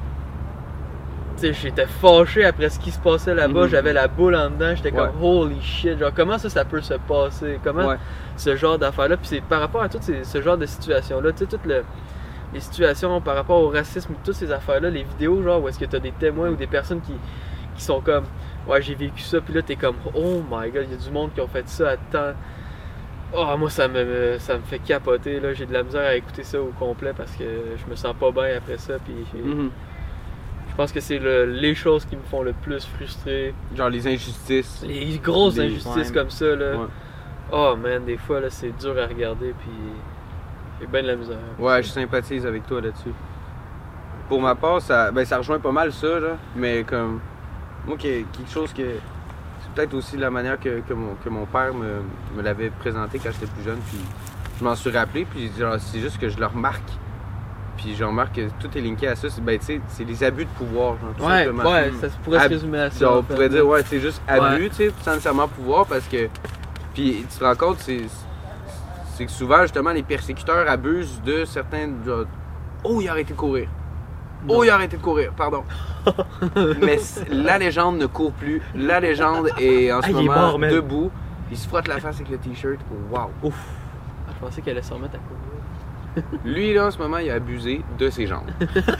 Tu sais, j'étais fâché après ce qui se passait là-bas, Mhm. j'avais la boule en dedans, j'étais comme Ouais. holy shit, genre comment ça, ça peut se passer? Comment Ouais. ce genre d'affaires-là? Puis c'est par rapport à tout ces- ce genre de situations-là, tu sais, toutes le- les situations par rapport au racisme, toutes ces affaires-là, les vidéos, genre où est-ce que t'as des témoins ou des personnes qui, qui sont comme ouais, j'ai vécu ça, puis là t'es comme oh my god, il y a du monde qui ont fait ça à temps. Oh, moi ça me, ça me fait capoter, là, j'ai de la misère à écouter ça au complet parce que je me sens pas bien après ça, puis j'ai- Mhm. je pense que c'est le- les choses qui me font le plus frustrer. Genre les injustices. Les grosses Les- injustices ouais. comme ça, là. Ouais. Oh man, des fois, là, c'est dur à regarder, puis j'ai bien de la misère. Ouais, je sympathise avec toi là-dessus. Pour ma part, ça, ben, ça rejoint pas mal ça, là. Mais comme. Moi, que- quelque chose que. C'est peut-être aussi la manière que, que, mon, que mon père me, me l'avait présenté quand j'étais plus jeune. Puis je m'en suis rappelé, puis genre, c'est juste que je le remarque. Puis je remarque que tout est linké à ça. C'est, ben, tu sais, c'est les abus de pouvoir, genre, tout Ouais, simplement. ouais, ça pourrait se Ab- résumer à ça. Genre, en on fait, pourrait là. dire, ouais, c'est juste abus, Ouais. tu sais, sans nécessairement pouvoir, parce que. Puis tu te rends compte, c'est. C'est que souvent, justement, les persécuteurs abusent de certains. Genre, oh, il a arrêté de courir. Oh, il a arrêté de courir, pardon. Mais c- la légende ne court plus. La légende est en ce Ah, il est moment mort, man. debout. Il se frotte la face avec le t-shirt. Wow. Ouf. Ah, je pensais qu'elle allait se remettre à courir. Lui, là, en ce moment, il a abusé de ses jambes.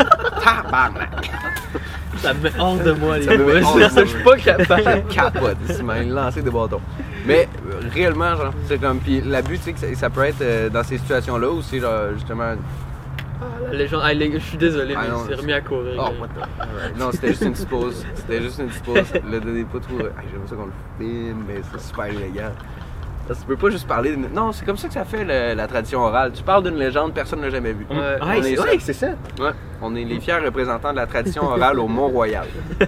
Tabarnak! Ça me met hors de moi, les Ça me met gars. hors de Ça, moi. je suis pas capable. Je capote, il m'a lancé des bâtons. Mais euh, réellement, genre, c'est comme. Puis l'abus, tu sais, que ça, ça peut être euh, dans ces situations-là où c'est genre, justement. Ah, la légende. Ah, les- je suis désolé, Ah, mais non, il s'est remis à courir. Oh, gars. what the. Alright. Non, c'était juste une petite pause. C'était juste une petite pause. Le donnez pas trop. Ah, j'aime ça qu'on le filme, mais c'est super élégant. Parce que tu peux pas juste parler d'une. Non, c'est comme ça que ça fait le- la tradition orale. Tu parles d'une légende, personne ne l'a jamais vue. Ouais. Ouais, On est c'est ça. ouais, c'est ça. Ouais, on est les fiers représentants de la tradition orale au Mont-Royal.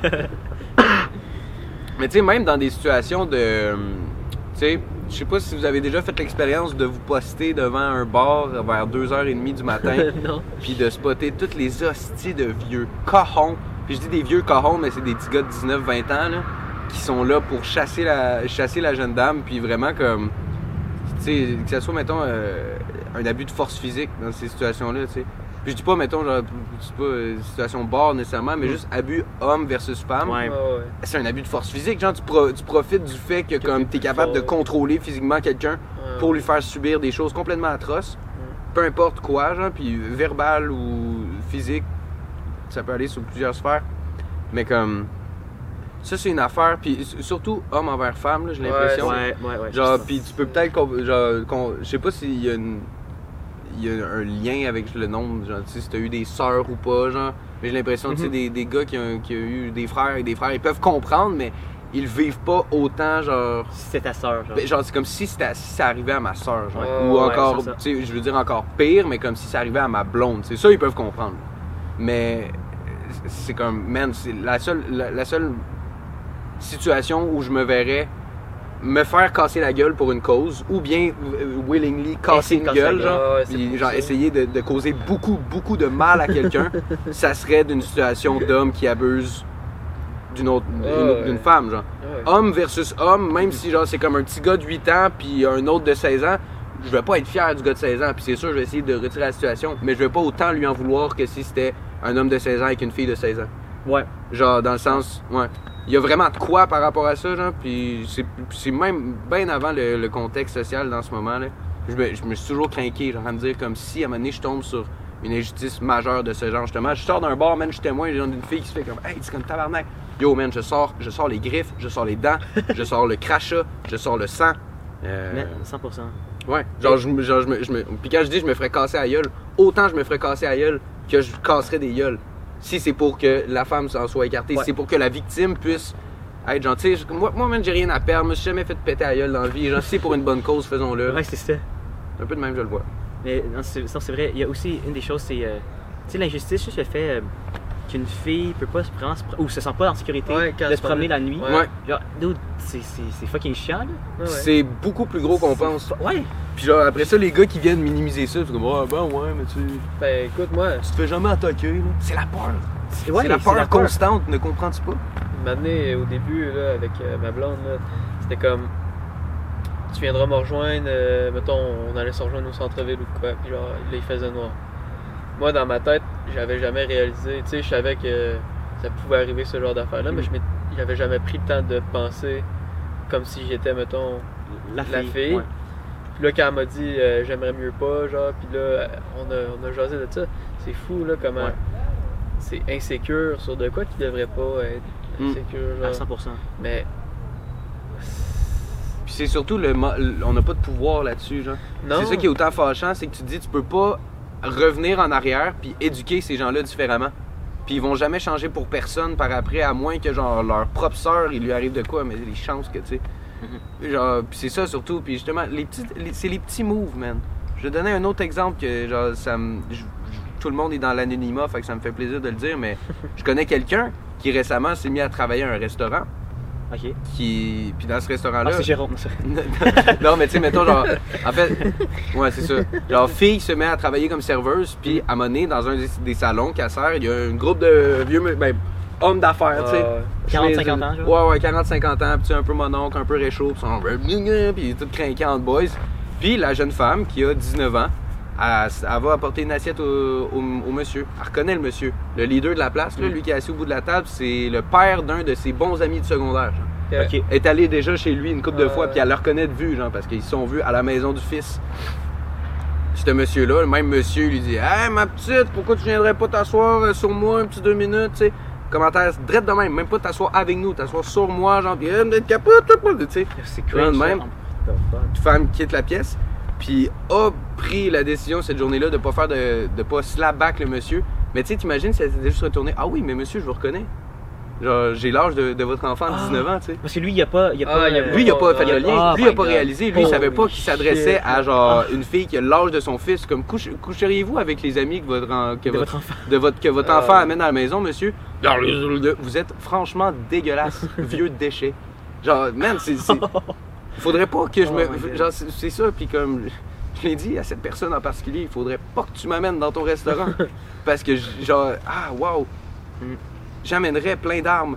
Mais tu sais, même dans des situations de. euh, Tu sais, je sais pas si vous avez déjà fait l'expérience de vous poster devant un bar vers deux heures trente du matin, non. puis de spotter toutes les hosties de vieux cojons. Puis je dis des vieux cojons, mais c'est des petits gars de dix-neuf vingt ans, là, qui sont là pour chasser la, chasser la jeune dame, puis vraiment comme. Tu sais, que ça soit, mettons, euh, un abus de force physique dans ces situations-là, tu sais. Puis je dis pas, mettons, genre, c'est pas une situation bar nécessairement, mais Mm. juste abus homme versus femme. Ouais. Ouais, ouais. C'est un abus de force physique, genre, tu, pro- tu profites du fait que, Que comme, t'es t'es capable de fort. contrôler physiquement quelqu'un Ouais. pour lui faire subir des choses complètement atroces, peu importe quoi, genre, puis verbal ou physique, ça peut aller sur plusieurs sphères, mais comme, ça c'est une affaire, puis s- surtout homme envers femme, là, j'ai Ouais, l'impression. Ouais, ouais, ouais. Genre, puis tu peux peut-être, qu'on- genre, qu'on- je sais pas s'il y a une, il y a un lien avec le nombre, genre, tu sais, si t'as eu des sœurs ou pas, genre, mais j'ai l'impression, tu sais, Mhm. des, des gars qui ont, qui ont eu des frères et des frères, ils peuvent comprendre, mais ils le vivent pas autant, genre, C'est ta sœur, genre. ben, genre, c'est comme si c'était si ça arrivait à ma soeur, genre. Ouais, Ou ouais, encore, c'est ça. tu sais, je veux dire encore pire, mais comme si ça arrivait à ma blonde. C'est ça, ils peuvent comprendre. Mais c'est comme, man, c'est la seule, la, la seule situation où je me verrais me faire casser la gueule pour une cause, ou bien euh, willingly casser Essayer une de casser la gueule, gueule. genre, Ah ouais, c'est puis pour genre ça. essayer de, de causer beaucoup, beaucoup de mal à quelqu'un, ça serait d'une situation d'homme qui abuse d'une autre, Ah d'une autre- ouais. d'une femme, genre. Ouais. Homme versus homme, même si genre c'est comme un petit gars de huit ans puis un autre de seize ans, je vais pas être fier du gars de seize ans, puis c'est sûr je vais essayer de retirer la situation, mais je vais pas autant lui en vouloir que si c'était un homme de seize ans avec une fille de seize ans. Ouais. Genre dans le sens, ouais. Il y a vraiment de quoi par rapport à ça, genre, puis c'est, c'est même bien avant le, le contexte social dans ce moment là. Je me, je me suis toujours craqué, genre à me dire comme si à un moment donné je tombe sur une injustice majeure de ce genre, justement. Je sors d'un bar, man, je suis témoin, j'ai une fille qui se fait comme, hey, c'est comme tabarnak. Yo, man, je sors, je sors les griffes, je sors les dents, je sors le crachat, je sors le sang. Euh... Mais cent pour cent. Ouais, genre, je, me- genre je, me, je me. Puis quand je dis je me ferais casser la gueule, autant je me ferais casser la gueule que je casserais des gueules. Si c'est pour que la femme s'en soit écartée, Ouais. si c'est pour que la victime puisse être gentille. Je- Moi, moi même, j'ai rien à perdre, je me suis jamais fait péter la gueule dans la vie. Genre, si c'est pour une bonne cause, faisons-le. Ouais, c'est ça. Un peu de même, je le vois. Mais non, c'est, non, c'est vrai, il y a aussi une des choses, c'est. euh, tu sais, l'injustice, juste le fait euh, qu'une fille peut pas se prendre, ou se sent pas en sécurité Ouais, quand de elle se se promener promène. la nuit. Ouais. Ouais. Genre, dude, c'est, c'est, c'est fucking chiant, là. Ouais, ouais. C'est beaucoup plus gros qu'on pense. Ouais. Puis genre, après ça, les gars qui viennent minimiser ça, c'est comme, ah ben ouais, mais tu. Ben écoute, moi, Tu te fais jamais attaquer, là. C'est la peur. C'est, ouais, c'est la peur peur. constante, ne comprends-tu pas? maintenant, au début, là, avec euh, ma blonde, là, c'était comme. Tu viendras me rejoindre, euh, mettons, on allait se rejoindre au centre-ville ou quoi, puis genre, là, il faisait noir. Moi, dans ma tête, j'avais jamais réalisé, tu sais, je savais que ça pouvait arriver ce genre d'affaires-là, mais je m'étais- j'avais jamais pris le temps de penser comme si j'étais, mettons, La la fille. fille. Ouais. Puis là, quand elle m'a dit euh, j'aimerais mieux pas, genre, puis là, on a, on a jasé de ça. C'est fou, là, comment Ouais. c'est insécure sur de quoi qui devrait pas être Mm. insécure, À genre. cent pour cent. Mais. Puis c'est surtout le. mo- On n'a pas de pouvoir là-dessus, genre. Non. C'est ça qui est autant fâchant, c'est que tu te dis, tu peux pas revenir en arrière puis éduquer ces gens-là différemment. Puis ils vont jamais changer pour personne par après, à moins que genre leur propre sœur, il lui arrive de quoi, mais les chances que tu sais. Genre, puis c'est ça surtout, puis justement, les petits, les- c'est les petits moves, man. Je vais donner un autre exemple que genre ça me, je- je- tout le monde est dans l'anonymat, fait que ça me fait plaisir de le dire, mais je connais quelqu'un qui récemment s'est mis à travailler à un restaurant, Ok. qui, puis dans ce Ah, restaurant-là. c'est Jérôme, ça. Non, mais tu sais, mettons, genre, en fait, ouais, c'est ça. Genre, fille se met à travailler comme serveuse, puis à un moment donné, dans un des, des salons qu'elle sert, il y a un groupe de vieux, ben, hommes d'affaires, tu sais. Ah, quarante cinquante ans, genre? Ouais, ouais, quarante cinquante ans, puis tu sais, un peu mononcle, un peu réchaud, puis ils sont puis tout craqué entre boys. Puis la jeune femme, qui a dix-neuf ans, elle, elle va apporter une assiette au, au, au monsieur. Elle reconnaît le monsieur. Le leader de la place, là, Mm. lui qui est assis au bout de la table, c'est le père d'un de ses bons amis du secondaire, genre. ok. Ok. Elle est allée déjà chez lui une couple de Ah fois, ouais. puis elle le reconnaît de vue, genre, parce qu'ils se sont vus à la maison du fils. Ce monsieur-là, le même monsieur, lui dit: Hey, ma petite, pourquoi tu viendrais pas t'asseoir euh, sur moi un petit deux minutes, tu sais? Commentaire drette de même, même pas t'asseoir avec nous, t'asseoir sur moi, genre, pis elle d'être capable, tu sais. C'est Là, cringe. de même. ça. What the fuck? Une femme quitte la pièce, puis a pris la décision cette journée-là de pas faire de, de pas slap back le monsieur. Mais tu sais, t'imagines si elle s'était juste retournée: Ah oui, mais monsieur, je vous reconnais. Genre, j'ai l'âge de, de votre enfant de dix-neuf ans, tu sais. Parce que lui, il a pas. Il a Ah, pas il a- euh, Lui, il a pas fait Ah, le lien. oh Lui, il a my pas God. réalisé. Lui, il savait pas Holy qu'il s'adressait shit. à genre une fille qui a l'âge de son fils. Comme, couche- coucheriez-vous avec les amis que votre, en- que de votre, votre enfant. de votre, que votre Ah. enfant amène à la maison, monsieur? Vous êtes franchement dégueulasse, vieux déchet. Genre, man, c'est. c'est- Faudrait pas que je Oh me. my God. Genre, c'est c'est ça. Puis comme. Je l'ai dit à cette personne en particulier, il faudrait pas que tu m'amènes dans ton restaurant. Parce que, j- genre, ah, wow. Mm. J'amènerais plein d'armes.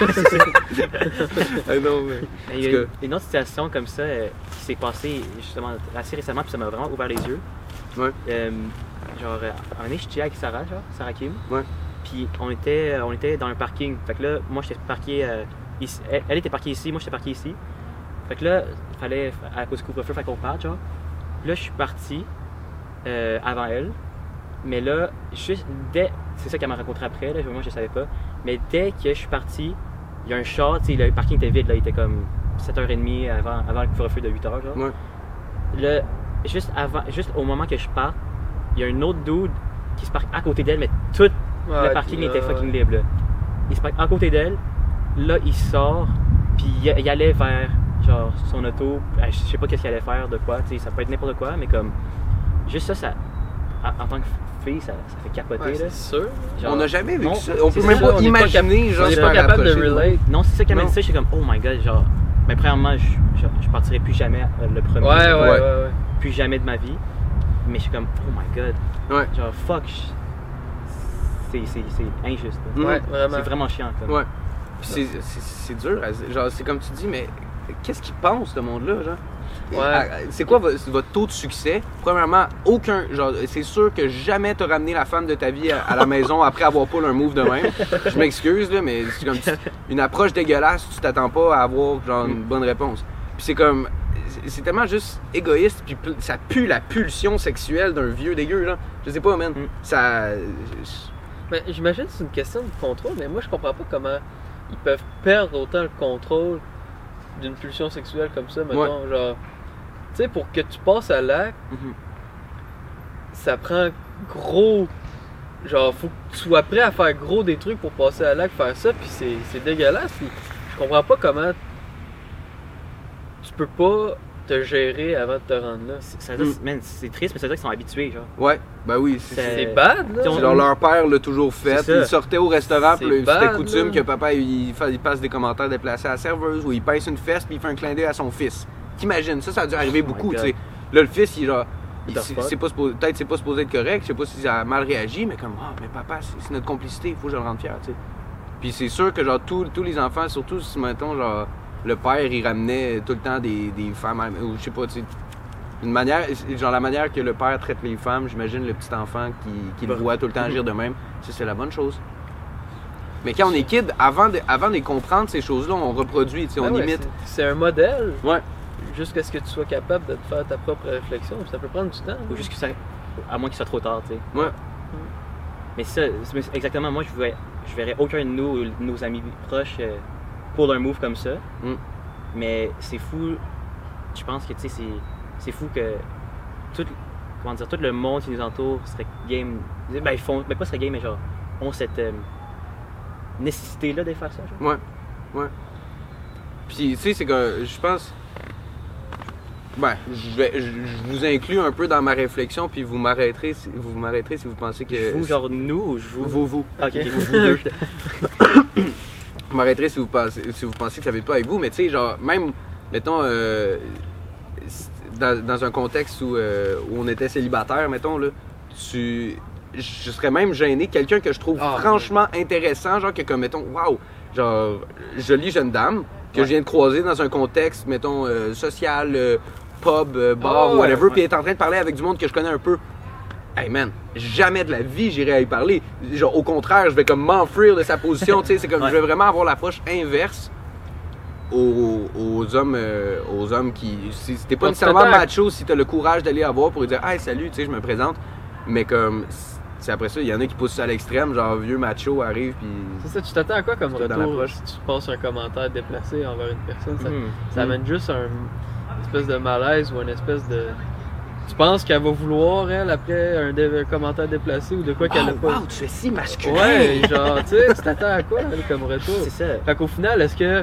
Ah non, mais. Mais Il y a Parce une, une autre situation comme ça euh, qui s'est passée justement assez récemment, puis ça m'a vraiment ouvert les yeux. Ouais. Euh, genre, euh, un moment donné, je chillais avec Sarah, genre, Sarah Kim. Ouais. Puis on était, on était dans un parking. Fait que là, moi j'étais parqué euh, ici. Elle, elle était parquée ici, moi j'étais parqué ici. Fait que là, il fallait, à cause du couvre-feu, fait qu'on parte, genre. Puis là, je suis parti euh, avant elle. Mais là, juste dès. C'est ça qu'elle m'a raconté après, là, moi je savais pas. Mais dès que je suis parti, il y a un char, tu sais, le parking était vide, là, il était comme sept heures trente avant, avant le couvre-feu de huit heures, genre. Ouais. Là, juste, avant, juste au moment que je pars, il y a un autre dude qui se parque à côté d'elle, mais tout Ouais, le parking puis, était euh, fucking libre, là. Il se parque à côté d'elle, là, il sort, puis il, il allait vers, genre, son auto. Je sais pas qu'est-ce qu'il allait faire, de quoi, tu sais, ça peut être n'importe quoi, mais comme, juste ça, ça en en tant que fille, ça, ça fait capoter, Ouais, là. c'est sûr. Genre, On n'a jamais vu non, ça. On c'est peut même ça, pas on n'est pas imaginer, On genre, n'est se pas faire capable de approcher. relate. Non, c'est ça qu'elle m'a Non. dit ça, j'étais comme, oh my god, genre, mais premièrement, je, je, je partirai plus jamais euh, le premier, Ouais, ouais, ouais. Ouais. ouais. plus jamais de ma vie. Mais je suis comme, oh my god, Ouais. genre, fuck, je- c'est, c'est, c'est injuste. là. Mhm. Ouais, vraiment. C'est vraiment chiant, comme. Ouais. Puis c'est, c'est, c'est dur. Genre, c'est comme tu dis, mais qu'est-ce qu'ils pensent, ce monde-là, genre? Ouais. À- C'est quoi votre, votre taux de succès? Premièrement, aucun. Genre, c'est sûr que jamais t'as ramené la femme de ta vie à, à la maison après avoir pull un move de même. Je m'excuse, là, mais c'est comme tu- une approche dégueulasse, tu t'attends pas à avoir genre une bonne réponse. Puis c'est comme. c'est, c'est tellement juste égoïste, puis ça pue la pulsion sexuelle d'un vieux dégueu, genre. Je sais pas, man. Mm. Ça. Mais j'imagine que c'est une question de contrôle, mais moi je comprends pas comment ils peuvent perdre autant le contrôle d'une pulsion sexuelle comme ça, mettons. Ouais. Genre, tu sais, pour que tu passes à l'acte, mm-hmm. ça prend gros. Genre, faut que tu sois prêt à faire gros des trucs pour passer à l'acte, faire ça, puis c'est, c'est dégueulasse, puis je comprends pas comment tu peux pas te gérer avant de te rendre là. C'est, ça, mm. man, c'est triste, mais c'est vrai qu'ils sont habitués, genre. Ouais, ben oui. C'est, c'est, c'est bad, là. C'est genre leur père l'a toujours fait. Ils sortaient au restaurant, puis c'était coutume là. Que papa il, il passe des commentaires déplacés à la serveuse, ou il pince une fesse, puis il fait un clin d'œil à son fils. T'imagines, ça, ça a dû arriver oh beaucoup, tu sais. Là, le fils, il est genre. Il, c'est, c'est pas supposé, peut-être c'est pas supposé être correct, je sais pas si ça a mal réagi, mais comme, ah, oh, mais papa, c'est, c'est notre complicité, il faut que je le rende fier, tu sais. Puis c'est sûr que, genre, tous, tous les enfants, surtout si, mettons, genre, le père, il ramenait tout le temps des, des femmes, ou je sais pas, tu sais, une manière, genre, la manière que le père traite les femmes, j'imagine le petit enfant qui, qui le voit tout le temps agir de même, ça, c'est la bonne chose. Mais quand on est kid, avant de, avant de comprendre ces choses-là, on reproduit, tu sais, on ouais, imite. C'est, c'est un modèle. Ouais. Jusqu'à ce que tu sois capable de te faire ta propre réflexion, ça peut prendre du temps. Ou juste que ça, à moins qu'il soit trop tard, tu sais. Ouais. Mm. Mais ça, c'est exactement, moi, je verrais, je verrais aucun de nous, de nos amis proches, euh, pour un move comme ça. Mm. Mais c'est fou, je pense que, tu sais, c'est, c'est fou que tout, comment dire, tout le monde qui nous entoure serait game. Ben, ils font, mais pas serait game, mais genre, ont cette euh, nécessité-là de faire ça, genre. Ouais. Ouais. Puis, tu sais, c'est que, je pense. Ben, je, vais, je, je vous inclus un peu dans ma réflexion, puis vous m'arrêterez, vous m'arrêterez si vous pensez que... Vous, genre nous, ou je vous... Vous, vous. Ok, vous, vous deux. Vous m'arrêterez si vous pensez, si vous pensez que ça ne va pas avec vous, mais tu sais, genre, même, mettons, euh, dans, dans un contexte où, euh, où on était célibataire, mettons, là, tu... Je serais même gêné, quelqu'un que je trouve oh, franchement oui. intéressant, genre, que comme, mettons, waouh, genre, jolie jeune dame, que ouais. je viens de croiser dans un contexte, mettons, euh, social, euh, pub, euh, bar, oh, whatever, ouais. puis elle est en train de parler avec du monde que je connais un peu. Hey man, jamais de la vie j'irai à y parler. Genre, au contraire, je vais comme m'enfuir de sa position, tu sais, c'est comme, ouais. je vais vraiment avoir l'approche inverse aux, aux hommes euh, aux hommes qui... Si, t'es pas nécessairement macho si t'as le courage d'aller à voir pour lui dire « Hey, salut, tu sais, je me présente », mais comme... C'est après ça, il y en a qui poussent ça à l'extrême, genre vieux macho arrive puis... C'est ça, tu t'attends à quoi comme retour si tu passes un commentaire déplacé envers une personne? Ça, mmh. ça amène juste un, une espèce de malaise ou une espèce de... Tu penses qu'elle va vouloir, elle, après un, dé... un commentaire déplacé ou de quoi oh, qu'elle a pas... Wow, tu es si masculin! Ouais, genre, tu sais, tu t'attends à quoi elle, comme retour? C'est ça. Fait qu'au final, est-ce que...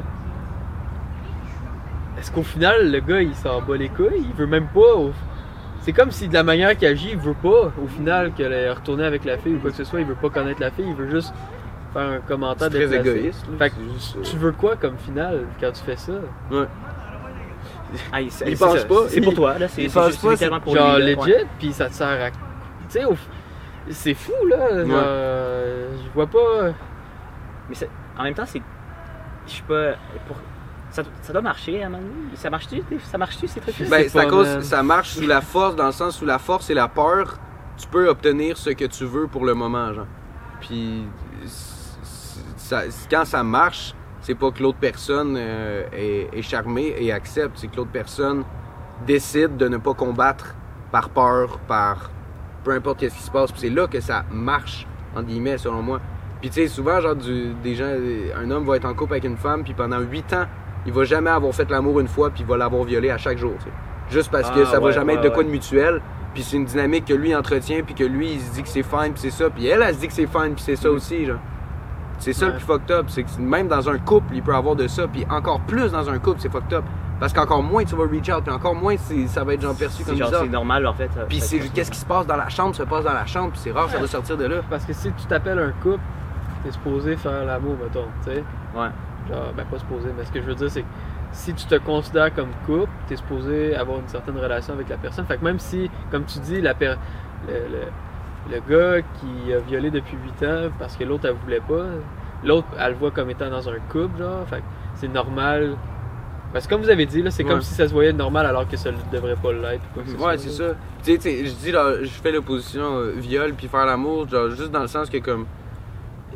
Est-ce qu'au final, le gars, il s'en bat les couilles? Il veut même pas... Au... C'est comme si de la manière qu'il agit, il veut pas, au final, qu'elle ait retourné avec la fille ou quoi que ce soit, il veut pas connaître la fille, il veut juste faire un commentaire déplacé. C'est très égoïste. Là, fait que juste... tu veux quoi comme finale quand tu fais ça? Ouais. Ah, il, il pense pas. C'est pour toi, là. C'est, il c'est pense juste pas, tellement pour genre lui. Genre legit, puis ça te sert à... Tu sais, au... c'est fou, là. Ouais. Genre, euh, je vois pas... Mais c'est... en même temps, c'est... Je sais pas... Pour... Ça, ça doit marcher à un moment donné. Ça marche-tu? Ça marche-tu ces trucs-là? Ben, c'est à cause, man. Ça marche sous la force, dans le sens sous la force et la peur, tu peux obtenir ce que tu veux pour le moment, genre. Puis, ça, quand ça marche, c'est pas que l'autre personne euh, est, est charmée et accepte, c'est que l'autre personne décide de ne pas combattre par peur, par peu importe qu'est-ce qui se passe. Puis c'est là que ça marche, entre guillemets, selon moi. Puis tu sais, souvent, genre, du, des gens, un homme va être en couple avec une femme, puis pendant huit ans, il va jamais avoir fait l'amour une fois, puis il va l'avoir violée à chaque jour, tu sais. Juste parce que ah, ça ouais, va jamais ouais, être de quoi de mutuel, puis c'est une dynamique que lui entretient, puis que lui, il se dit que c'est fine, puis c'est ça, puis elle, elle se dit que c'est fine, puis c'est ça aussi, genre. C'est ça ouais. le plus fucked up, c'est que même dans un couple, il peut avoir de ça, puis encore plus dans un couple, c'est fucked up. Parce qu'encore moins tu vas reach out, puis encore moins ça va être genre perçu comme genre, bizarre. C'est normal en fait. Puis c'est qu'est-ce qui se passe dans la chambre, ça se passe dans la chambre, puis c'est rare, ouais. ça va sortir de là. Parce que si tu t'appelles un couple, t'es supposé faire l'amour, mettons, tu sais. Ouais. Genre, ben pas supposé, mais ce que je veux dire, c'est que si tu te considères comme couple, t'es supposé avoir une certaine relation avec la personne. Fait que même si, comme tu dis, la per... le, le, le gars qui a violé depuis huit ans parce que l'autre, elle voulait pas, l'autre, elle le voit comme étant dans un couple, genre, fait que c'est normal. Parce que comme vous avez dit, là, c'est ouais. comme si ça se voyait normal alors que ça ne devrait pas l'être. Ouais, c'est ça. Tu sais, je dis, là, je fais l'opposition euh, viol puis faire l'amour, genre, juste dans le sens que, comme,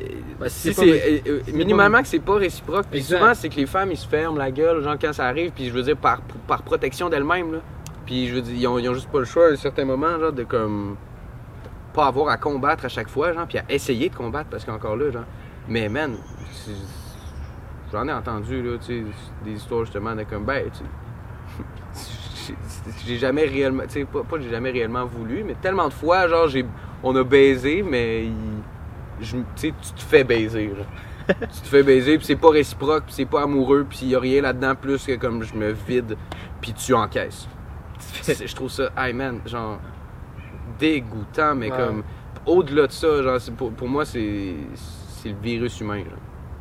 Ben, si c'est c'est, pas- euh, euh, c'est minimalement pas- que c'est pas réciproque, puis Exact. souvent c'est que les femmes ils se ferment la gueule, genre quand ça arrive, puis je veux dire par, par protection d'elles-mêmes, là. Puis je veux dire, ils ont, ils ont juste pas le choix à un certain moment, genre de comme. Pas avoir à combattre à chaque fois, genre, puis à essayer de combattre, parce qu'encore là, genre. Mais man, c'est- j'en ai entendu, là, tu sais, des histoires justement de comme, ben, tu sais. J'ai jamais réellement, tu sais, pas, pas que j'ai jamais réellement voulu, mais tellement de fois, genre, j'ai, on a baisé, mais il- je, tu sais, tu te fais baiser, genre. Tu te fais baiser, puis c'est pas réciproque, puis c'est pas amoureux, puis y a rien là-dedans plus que comme je me vide, puis tu encaisses. C'est- Je trouve ça, hey man, genre, dégoûtant, mais Ouais. comme, au-delà de ça, genre, c'est- pour, pour moi, c'est, c'est le virus humain, genre.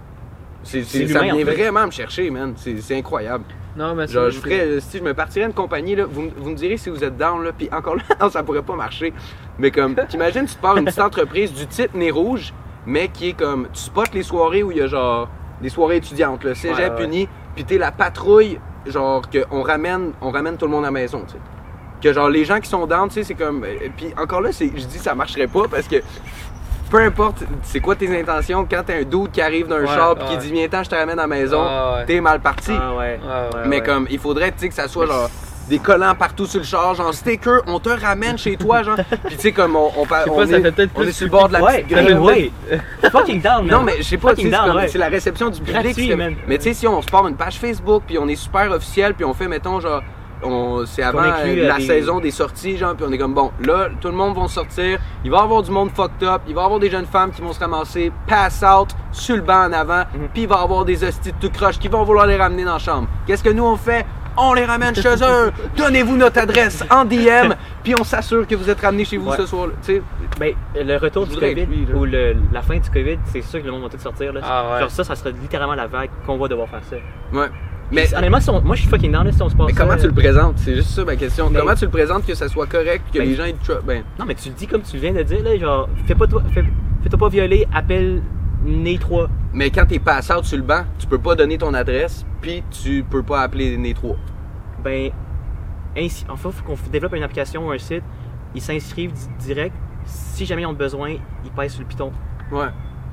C'est, c'est- C'est ça l'humain, vient en fait. vraiment me chercher, man. C'est, c'est incroyable. Non, mais Genre, c'est- je ferais, euh, si je me partirais une compagnie, là, vous, me- vous me direz si vous êtes down, là, puis encore là, non, ça pourrait pas marcher. Mais comme, t'imagines, tu te pars une petite entreprise du type Nez Rouge, mais qui est comme, tu spots les soirées où il y a genre, des soirées étudiantes, le cégep Ouais, ouais. uni, puis t'es la patrouille, genre, qu'on ramène, on ramène tout le monde à la maison, tu sais. Que genre, les gens qui sont down, tu sais, c'est comme, euh, puis encore là, c'est, je dis ça marcherait pas parce que, peu importe, c'est quoi tes intentions, quand t'as un dude qui arrive d'un Ouais, char pis qui ouais. dit viens ten je te ramène à la maison, Ah, ouais. t'es mal parti. Ah ouais. Ouais, ouais. Mais ouais. comme, il faudrait, tu sais, que ça soit genre des collants partout sur le char, genre sticker, on te ramène chez toi, genre. Puis tu sais, comme on, on, par- Je sais on pas, ça est, fait peut-être on plus est sur le bord de la Ouais, petite hey, grille. ouais. Fucking down, man. Non, mais je sais pas, tu sais, Fucking c'est down, comme- ouais. c'est la réception du public. Gratuit, c'est comme- man. Mais tu sais, si on se part une page Facebook, puis on est super officiel, puis on fait, mettons, genre, on, c'est avant inclut, euh, euh, la des- saison des sorties, genre, puis on est comme, bon, là, tout le monde va sortir, il va y avoir du monde fucked up, il va y avoir des jeunes femmes qui vont se ramasser, pass out, sur le banc en avant, Mhm. puis il va y avoir des hosties de tout croche qui vont vouloir les ramener dans la chambre. Qu'est-ce que nous on fait? On les ramène chez eux, donnez-vous notre adresse en D M, puis on s'assure que vous êtes ramenés chez vous Ouais. ce soir. Tu sais, Ben, le retour Je du voudrais COVID être lui, là. ou le- la fin du COVID, c'est sûr que le monde va tout sortir. Là. Ah ouais. Genre ça, ça sera littéralement la vague qu'on va devoir faire ça. ouais. Mais Mais, honnêtement, si on- moi je suis fucking down là, si on se passe mais comment ça, tu le présentes? C'est juste ça ma question. Mais- Comment tu le présentes que ça soit correct, que Ben- les gens ils te tru- ben, Non, mais tu le dis comme tu viens de dire, là, genre, fais pas toi, fais, fais-toi pas violer, appelle Né trois. mais quand t'es pass out sur le banc, tu peux pas donner ton adresse, puis tu peux pas appeler Né trois. Ben, ainsi, en fait, il faut qu'on développe une application ou un site, ils s'inscrivent di- direct. Si jamais ils ont besoin, ils pèsent sur le piton. Ouais.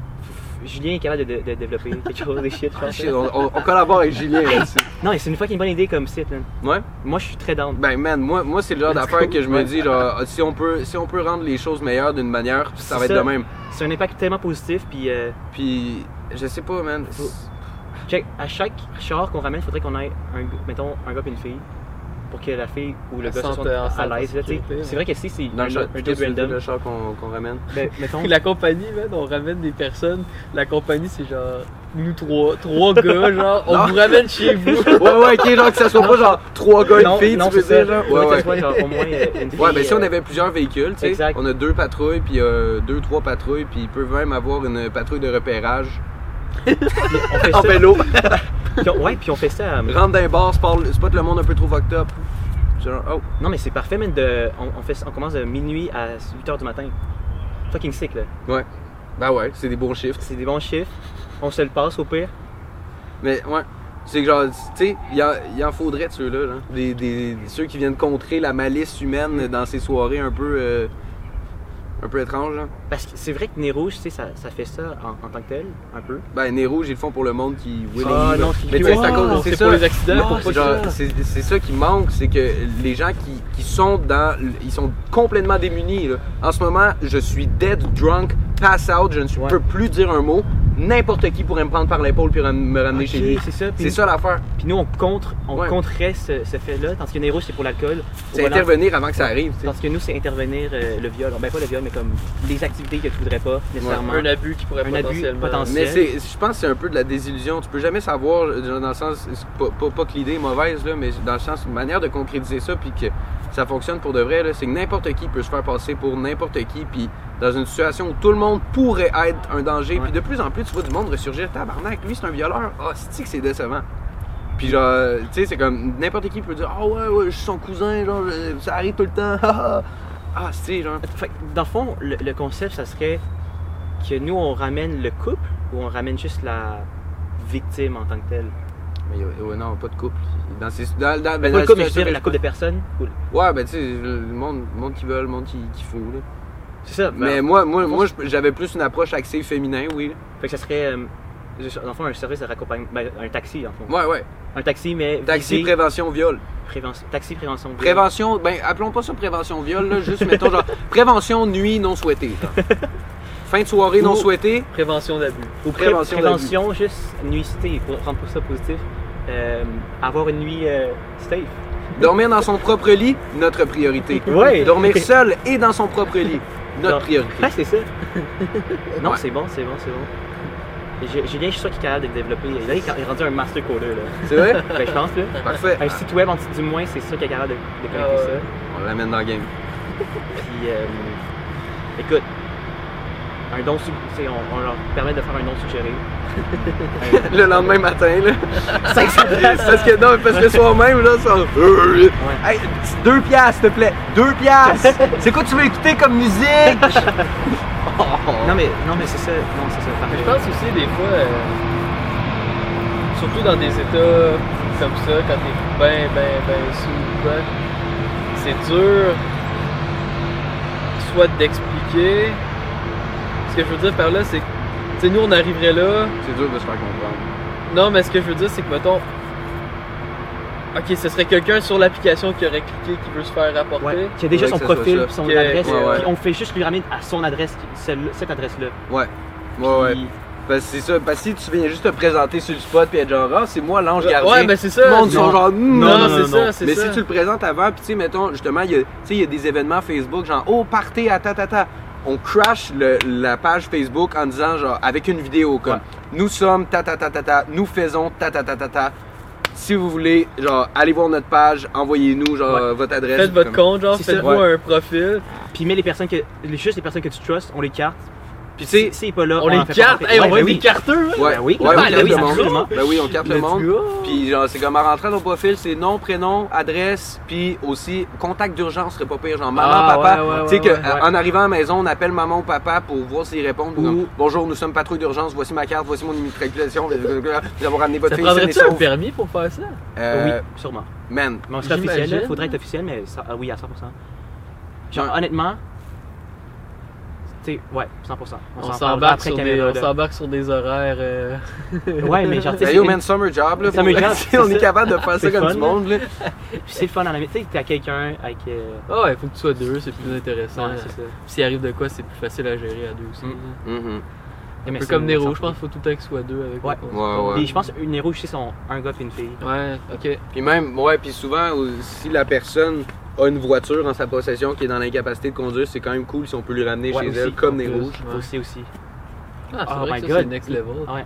Julien est capable de, de- de développer quelque chose des shit, je pense. Shit, on, on- on collabore avec Julien là-dessus. Non, mais c'est une fucking bonne idée comme site, man. Ouais. Moi, je suis très down. Ben man, moi, moi c'est le genre Let's d'affaire go. que je me Ouais. dis genre si on peut si on peut rendre les choses meilleures d'une manière, ça va C'est être ça. de même. C'est un impact tellement positif, puis euh, Puis je sais pas man. Faut- check, à chaque char qu'on ramène, il faudrait qu'on ait, un, gars- mettons, un gars et une fille. Pour que la fille ou le Elle gars se sente, sente euh, en à sente l'aise. là, tu sais. sécurité, C'est vrai que si c'est Dans un, le char, un toi, dude c'est le random, char qu'on qu'on ramène. ben, mettons, La compagnie, man, on ramène des personnes. La compagnie, c'est genre nous trois, trois gars, genre, on Non. vous ramène chez vous. Ouais ouais ok genre que ça soit pas genre trois gars non, une fille, non, tu veux c'est ça. dire genre. Ouais, Ouais que ouais. ce soit, genre, au moins euh, une fille. Ouais, ben si on euh, avait plusieurs véhicules, tu sais, Exact. on a deux patrouilles, puis euh, deux, trois patrouilles, puis il peut même avoir une patrouille de repérage on fait en ça. vélo. Puis on- ouais, puis on fait ça. euh, Rentre dans les bars, spot spot le monde un peu trop fucked up. Genre, oh. Non, mais c'est parfait, man. De, on, on, fait, ça- on commence de minuit à huit heures du matin. Fucking sick, là. Ouais. Ben ouais, c'est des bons chiffres. C'est des bons chiffres. On se le passe au pire. Mais ouais, c'est que genre, tu sais, il y, en- il en faudrait de ceux-là, là. Des, des, ceux qui viennent contrer la malice humaine dans ces soirées un peu, euh, un peu étranges, là. Parce que c'est vrai que Nez Rouge, tu sais, ça, ça fait ça en, en tant que tel, un peu. Ben, Nez Rouge, ils le font pour le monde qui willing, Ah, là. non, qui- Mais tu sais, c'est à Wow, cause c'est c'est pour ça. les accidents, pour Ah, pas C'est genre, que- c'est c'est ça qui manque, c'est que les gens qui, qui sont dans. Ils sont complètement démunis. Là. En ce moment, je suis dead drunk, pass out, je ne suis- Ouais. peux plus dire un mot. N'importe qui pourrait me prendre par l'épaule puis ram- me ramener Ok, chez lui. c'est ça. Puis, C'est ça l'affaire. Puis nous, on contre, on Ouais. contrerait ce, ce fait-là, tandis que Nez Rouge, c'est pour l'alcool. C'est Au volant. intervenir avant que ça arrive. tu sais. Tandis que nous, c'est intervenir euh, le viol. Ben, pas le viol, mais comme les activités que tu voudrais pas, nécessairement. Un abus qui pourrait Un abus potentiellement. potentiel. Mais c'est, je pense que c'est un peu de la désillusion. Tu peux jamais savoir, euh, dans le sens, c'est pas, pas, pas que l'idée est mauvaise, là, mais dans le sens, une manière de concrétiser ça puis que ça fonctionne pour de vrai, là, c'est que n'importe qui peut se faire passer pour n'importe qui, puis dans une situation où tout le monde pourrait être un danger, Ouais. puis de plus en plus, tu vois du monde ressurgir, tabarnak, lui c'est un violeur, ah, c'est que c'est décevant. Puis genre, tu sais, c'est comme n'importe qui peut dire, ah ouais, ouais, je suis son cousin, genre, euh, ça arrive tout le temps, ah, ah, c'est genre. Fait que, dans le fond, le, le concept, ça serait que nous, on ramène le couple ou on ramène juste la victime en tant que telle. Mais euh, ouais, non, pas de couple. Dans ces, dans, dans, ben, Pas dans le la couple, mais je veux situation dire, que la je couple de personnes. Cool. Ouais, ben tu sais, le monde, le monde qui veut, le monde qui, qui fout, là. C'est ça. Mais ben, moi, moi, moi j'avais plus une approche axée féminin, oui. Fait que ça serait, euh, dans le fond, un service de raccompagnement. Ben, un taxi, en fond. Ouais, ouais. Un taxi, mais. Taxi, visé- prévention, viol. prévention. Taxi, prévention. viol. Prévention, ben, appelons pas ça prévention, viol, là, juste mettons genre prévention, nuit non souhaitée. genre. Fin de soirée non Ou- souhaitée. Prévention d'abus. Ou pré- prévention prévention, juste nuisité, pour rendre ça positif. Euh, avoir une nuit euh, safe. Dormir dans son propre lit, notre priorité. Ouais. Dormir seul et dans son propre lit, notre Donc, priorité. Ouais, c'est ça. non, Ouais. c'est bon, c'est bon, c'est bon. Et J'ai- Julien, je suis sûr qu'il est capable de développer. Là, il est rendu un master coder. Là. C'est vrai? Ben, je pense, là. Parfait. Un site web, en dessous du moins, c'est sûr qu'il est capable de, de connecter Ah ouais. ça. On l'amène dans le game. Puis, euh, écoute, un don, su- tu sais, on, on leur permet de faire un don suggéré. Le lendemain matin, là. cinq cents piastres. Parce que non, parce que le soir même, là, ça. Hey, deux piastres, s'il te plaît. Deux piastres. C'est quoi tu veux écouter comme musique? Non, mais, non, mais c'est ça. Non, c'est ça. Mais je pense aussi des fois, euh, surtout dans des états comme ça, quand t'es ben, ben, ben sous ou quoi, c'est dur soit d'expliquer. Ce que je veux dire par là, c'est que, tu sais, nous on arriverait là. C'est dur de se faire comprendre. Non, mais ce que je veux dire, c'est que, mettons, ok, ce serait quelqu'un sur l'application qui aurait cliqué, qui veut se faire rapporter. Ouais, qui a déjà Faudrait son que ça profil, soit ça. son Que- adresse, ouais, ouais. puis on fait juste lui ramener à son adresse, qui- celle- cette adresse-là. Ouais. Ouais, ouais. Puis- Parce que c'est ça. Parce que si tu viens juste te présenter sur le spot puis être genre, ah, c'est moi l'ange Ouais, gardien. ouais, mais c'est ça. Tout le monde Non. sont genre, Non, non, non, non, c'est ça, c'est Mais ça. si tu le présentes avant, puis tu sais, mettons, justement, il y a, tu sais, il y a des événements Facebook, genre, oh, partez à ta ta ta. On crash le- la page Facebook en disant, genre, avec une vidéo, comme, Ouais. nous sommes ta ta ta ta ta, nous faisons ta ta ta ta ta. Si vous voulez, genre, allez voir notre page, envoyez-nous, genre, Ouais. votre adresse. Faites votre comme- compte, genre, C'est ça. faites-vous Ouais. un profil. Puis mets les personnes que. les- Juste les personnes que tu trustes, on les carte. Puis tu sais, Si s'il est pas là, On les en fait carte, pas hey, on Ouais, va ben être des oui. carteux, hein? ouais, Ben oui, ouais, ben on oui, carte le monde. absolument. Ben oui, on carte le Let's monde. go. Puis genre, c'est comme en rentrant dans ton profil, c'est nom, prénom, adresse, puis aussi contact d'urgence serait pas pire, genre maman, Ah, papa. ouais, ouais, tu sais ouais, que ouais. euh, en arrivant à la maison, on appelle maman ou papa pour voir s'ils répondent. Ou Ou- comme, bonjour, nous sommes patrouille d'urgence, voici ma carte, voici mon immatriculation, nous avons ramené votre Ça fille prendrait-tu saine et un sauve. permis pour faire ça? Euh, Oui, sûrement. Man, Mais on serait officiel, J'imagine. il faudrait être officiel, mais ça- ah oui, à cent pour cent. Genre, Ouais. honnêtement, tu sais, ouais, cent pour cent. On s'en s'embarque parlera après sur, des- caméra, on là. s'embarque sur des horaires. euh, Ouais, mais genre, tu sais, ben c'est yo une- man, summer job là, Summer pour vrai, job, si c'est on est ça. capable de faire ça C'est comme fun, du là. monde là. Puis c'est le fun dans la tu sais, t'as quelqu'un avec. euh, Ah ouais, il faut que tu sois deux, c'est plus intéressant. Ouais, c'est ça. S'il arrive de quoi, c'est plus facile à gérer à deux aussi. Mm. là. Mhm. Un mais peu c'est- comme Nero, ça- je pense qu'il faut tout le temps qu'il soit deux avec Ouais. le Ouais, ouais. Puis je pense une héros, je sais, sont un gars et une fille. Ouais, ok. Puis même, ouais, puis souvent, euh, si la personne a une voiture en sa possession qui est dans l'incapacité de conduire, c'est quand même cool si on peut lui ramener Ouais, chez aussi, elle comme en des plus. rouges. Ouais. Aussi, aussi. Ah, c'est Oh vrai my que ça, c'est God. next level. Ouais.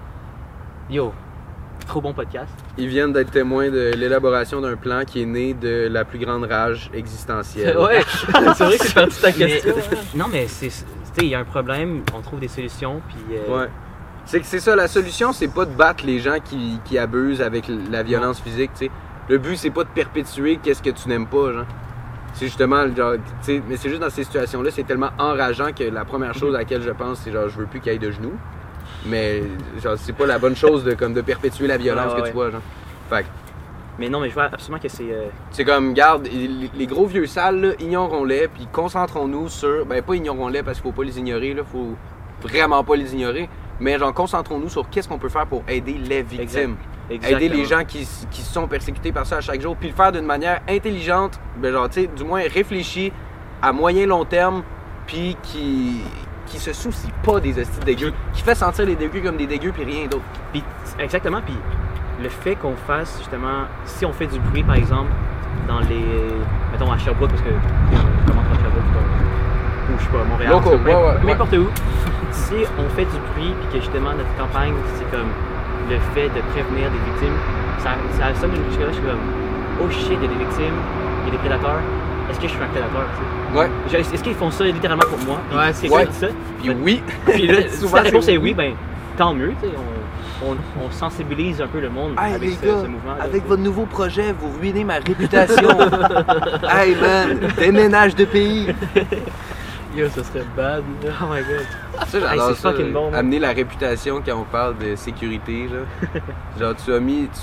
Yo, trop bon podcast. Ils viennent d'être témoins de l'élaboration d'un plan qui est né de la plus grande rage existentielle. Ouais, c'est vrai que c'est parti de ta Mais- question. non, mais c'est. Tu sais, il y a un problème, on trouve des solutions, puis. euh, Ouais. C'est que c'est ça, la solution, c'est pas de battre les gens qui, qui abusent avec l- la violence physique, tu sais. Le but, c'est pas de perpétuer qu'est-ce que tu n'aimes pas, genre. C'est justement, genre, tu sais, mais c'est juste dans ces situations-là, c'est tellement enrageant que la première chose à laquelle je pense, c'est genre, je veux plus qu'il aille de genoux. Mais, genre, c'est pas la bonne chose de, comme, de perpétuer la violence Ouais, ouais, que tu vois, genre. Fait que, Mais non, mais je vois absolument que c'est. euh, c'est comme, garde, les, les gros vieux sales, là, ignorons-les, puis concentrons-nous sur, ben, pas ignorons-les parce qu'il faut pas les ignorer, là, faut vraiment pas les ignorer, mais genre, concentrons-nous sur qu'est-ce qu'on peut faire pour aider les victimes. Exact. Aider les Exactement. gens qui, s- qui se sont persécutés par ça à chaque jour, puis le faire d'une manière intelligente, ben genre, tu sais, du moins réfléchi à moyen long terme, puis qui qui se soucie pas des hosties de dégueux, qui fait sentir les dégueux comme des dégueux puis rien d'autre. Puis, exactement, puis le fait qu'on fasse justement, si on fait du bruit par exemple, dans les. Mettons à Sherbrooke, parce que. On commence par Sherbrooke, ou je sais pas, Montréal, Local, peu- ouais, ouais, ouais. n'importe où. Si on fait du bruit, puis que justement notre campagne, c'est comme le fait de prévenir des victimes, ça, ça sonne une jusque-là, je suis comme, oh shit, il y a des victimes, il y a des prédateurs. Est-ce que je suis un prédateur, tu sais? Ouais. Je- Est-ce qu'ils font ça littéralement pour moi? Puis Ouais, c'est ouais. ça. Puis oui, Puis là, si souvent la réponse c'est est oui, ben tant mieux, tu sais, on, on, on sensibilise un peu le monde Hey avec les ce, gars, ce mouvement. avec votre nouveau projet, vous ruinez ma réputation. Hey man, déménage de pays. Yo, ça serait bad. là. Oh my god. Ça, j'adore Hey, c'est ça, fucking bon, man. amener la réputation quand on parle de sécurité, là. Genre, tu as mis, tu,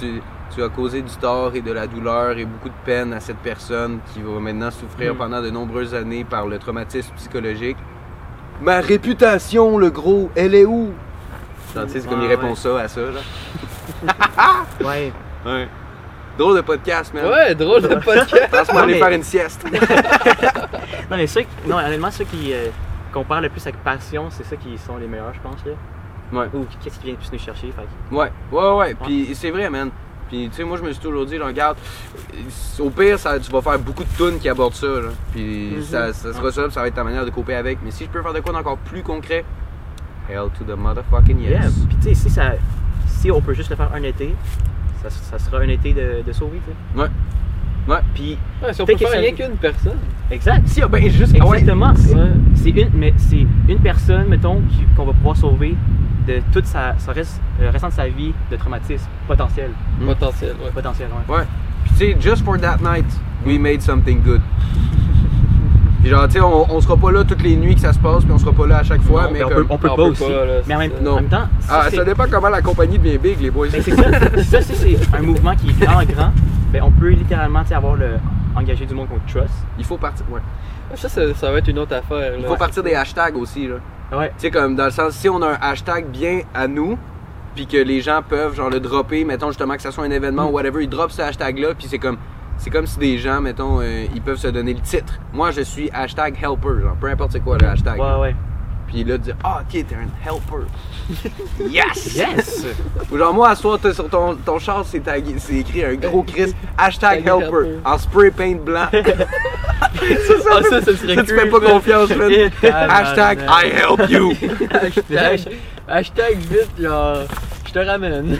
tu as causé du tort et de la douleur et beaucoup de peine à cette personne qui va maintenant souffrir Mm. pendant de nombreuses années par le traumatisme psychologique. Ma réputation, le gros, elle est où? Genre, tu sais, c'est comme Ah, il répond ouais. ça à ça, là. Ouais. Ouais. Drôle de podcast, man. Ouais, drôle de podcast. Passe-moi Non, aller mais- faire une sieste. Non, mais ceux, qui- non, honnêtement, ceux qui euh, comparent le plus avec passion, c'est ceux qui sont les meilleurs, je pense. Là. Ouais. Ou qu'est-ce qui vient le plus nous chercher. Fait que- Ouais, ouais, ouais. Puis c'est vrai, man. Puis tu sais, moi, je me suis toujours dit, là, regarde, au pire, ça, tu vas faire beaucoup de tunes qui abordent ça, là. Puis Mhm. ça, ça sera ça, puis ça va être ta manière de couper avec. Mais si je peux faire de quoi d'encore plus concret, hell to the motherfucking yes. Yeah. Puis tu sais, si, ça, si on peut juste le faire un été, ça, ça sera un été de, de sauver, tu sais. Ouais. Ouais. Puis, Ouais, si on Fait peut que faire ça- rien qu'une personne. exact. Si, ah, ben juste. ah ouais. Exactement. C'est- Ouais. C'est une, mais c'est une personne, mettons, qui- qu'on va pouvoir sauver de toute sa, son reste, le restant de sa vie de traumatisme potentiel. Mm. Potentiel, ouais. Potentiel, ouais. Ouais. Puis tu sais, just for that night, we made something good. Puis genre, tu sais, on, on sera pas là toutes les nuits que ça se passe, puis on sera pas là à chaque fois, Non, mais mais on comme... peut, on peut on pas peut aussi. pas, là, mais en même, c'est ça. en même temps, si Ah, c'est- ça dépend comment la compagnie devient big, les boys. ben, c'est ça. Si ça, si c'est un mouvement qui est grand, grand, ben, on peut littéralement tu sais, avoir le engager du monde qu'on trust. Il faut partir, ouais. Ça, ça, ça va être une autre affaire. Il Là. faut partir des hashtags aussi, là. Ouais. Tu sais, comme dans le sens, si on a un hashtag bien à nous, puis que les gens peuvent genre le dropper, mettons justement que ça soit un événement ou whatever, ils droppent ce hashtag-là, puis c'est comme, c'est comme si des gens, mettons, euh, ils peuvent se donner le titre. Moi, je suis hashtag helper, genre, peu importe c'est quoi le hashtag. Ouais, ouais. Puis là, dire, ah, ok, t'es un helper. Yes! Yes! Ou genre, moi, à soir, t'as sur ton, ton char, c'est tagué- c'est écrit un gros Chris, hashtag Hashtag helper, helper. en spray paint blanc. ça, ça, Ah, ça, ça serait ça, tu fais cool, pas man. confiance, man. Et Hashtag tabarnak. I help you. Hashtag, hashtag vite, genre, je te ramène.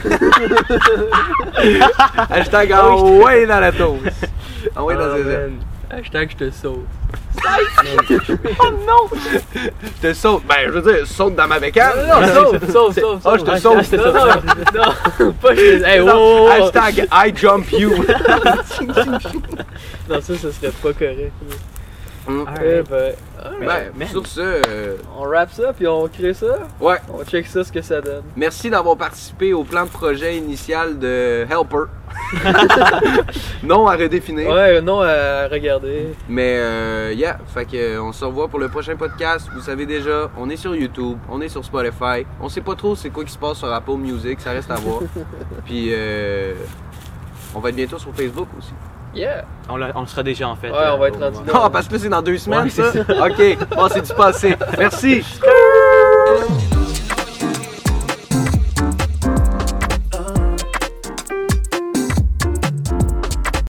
Hashtag envoyé dans la toast. Envoyé dans Oh, les airs. man. Hashtag je te sauve. Oh non! Je te saute. Ben, je veux dire, saute dans ma bécane. Non, sauve, sauve, C'est- sauve, Ah, je te sauve. sauve. Ah, je te sauve. Non, non, pas je te. Hey, Non, oh, oh, oh. Hashtag I jump you. Non, ça, ça serait pas correct. Hum. Eh Alright. ben, Ben, man. sur ce, euh, on rap ça, puis on crée ça. ouais. On check ça, ce que ça donne. Merci d'avoir participé au plan de projet initial de Helper. Non à redéfinir. Ouais, non à regarder. Mais, euh, yeah. Fait que, euh, on se revoit pour le prochain podcast. Vous savez déjà, on est sur YouTube, on est sur Spotify. On sait pas trop c'est quoi qui se passe sur Apple Music, ça reste à voir. Puis, euh, on va être bientôt sur Facebook aussi. Yeah. On, l'a- on le sera déjà en fait. Ouais, on va être rendu là. Non, parce que là, c'est dans deux semaines, Ouais, ça. c'est Ok, bon, c'est du passé. Merci.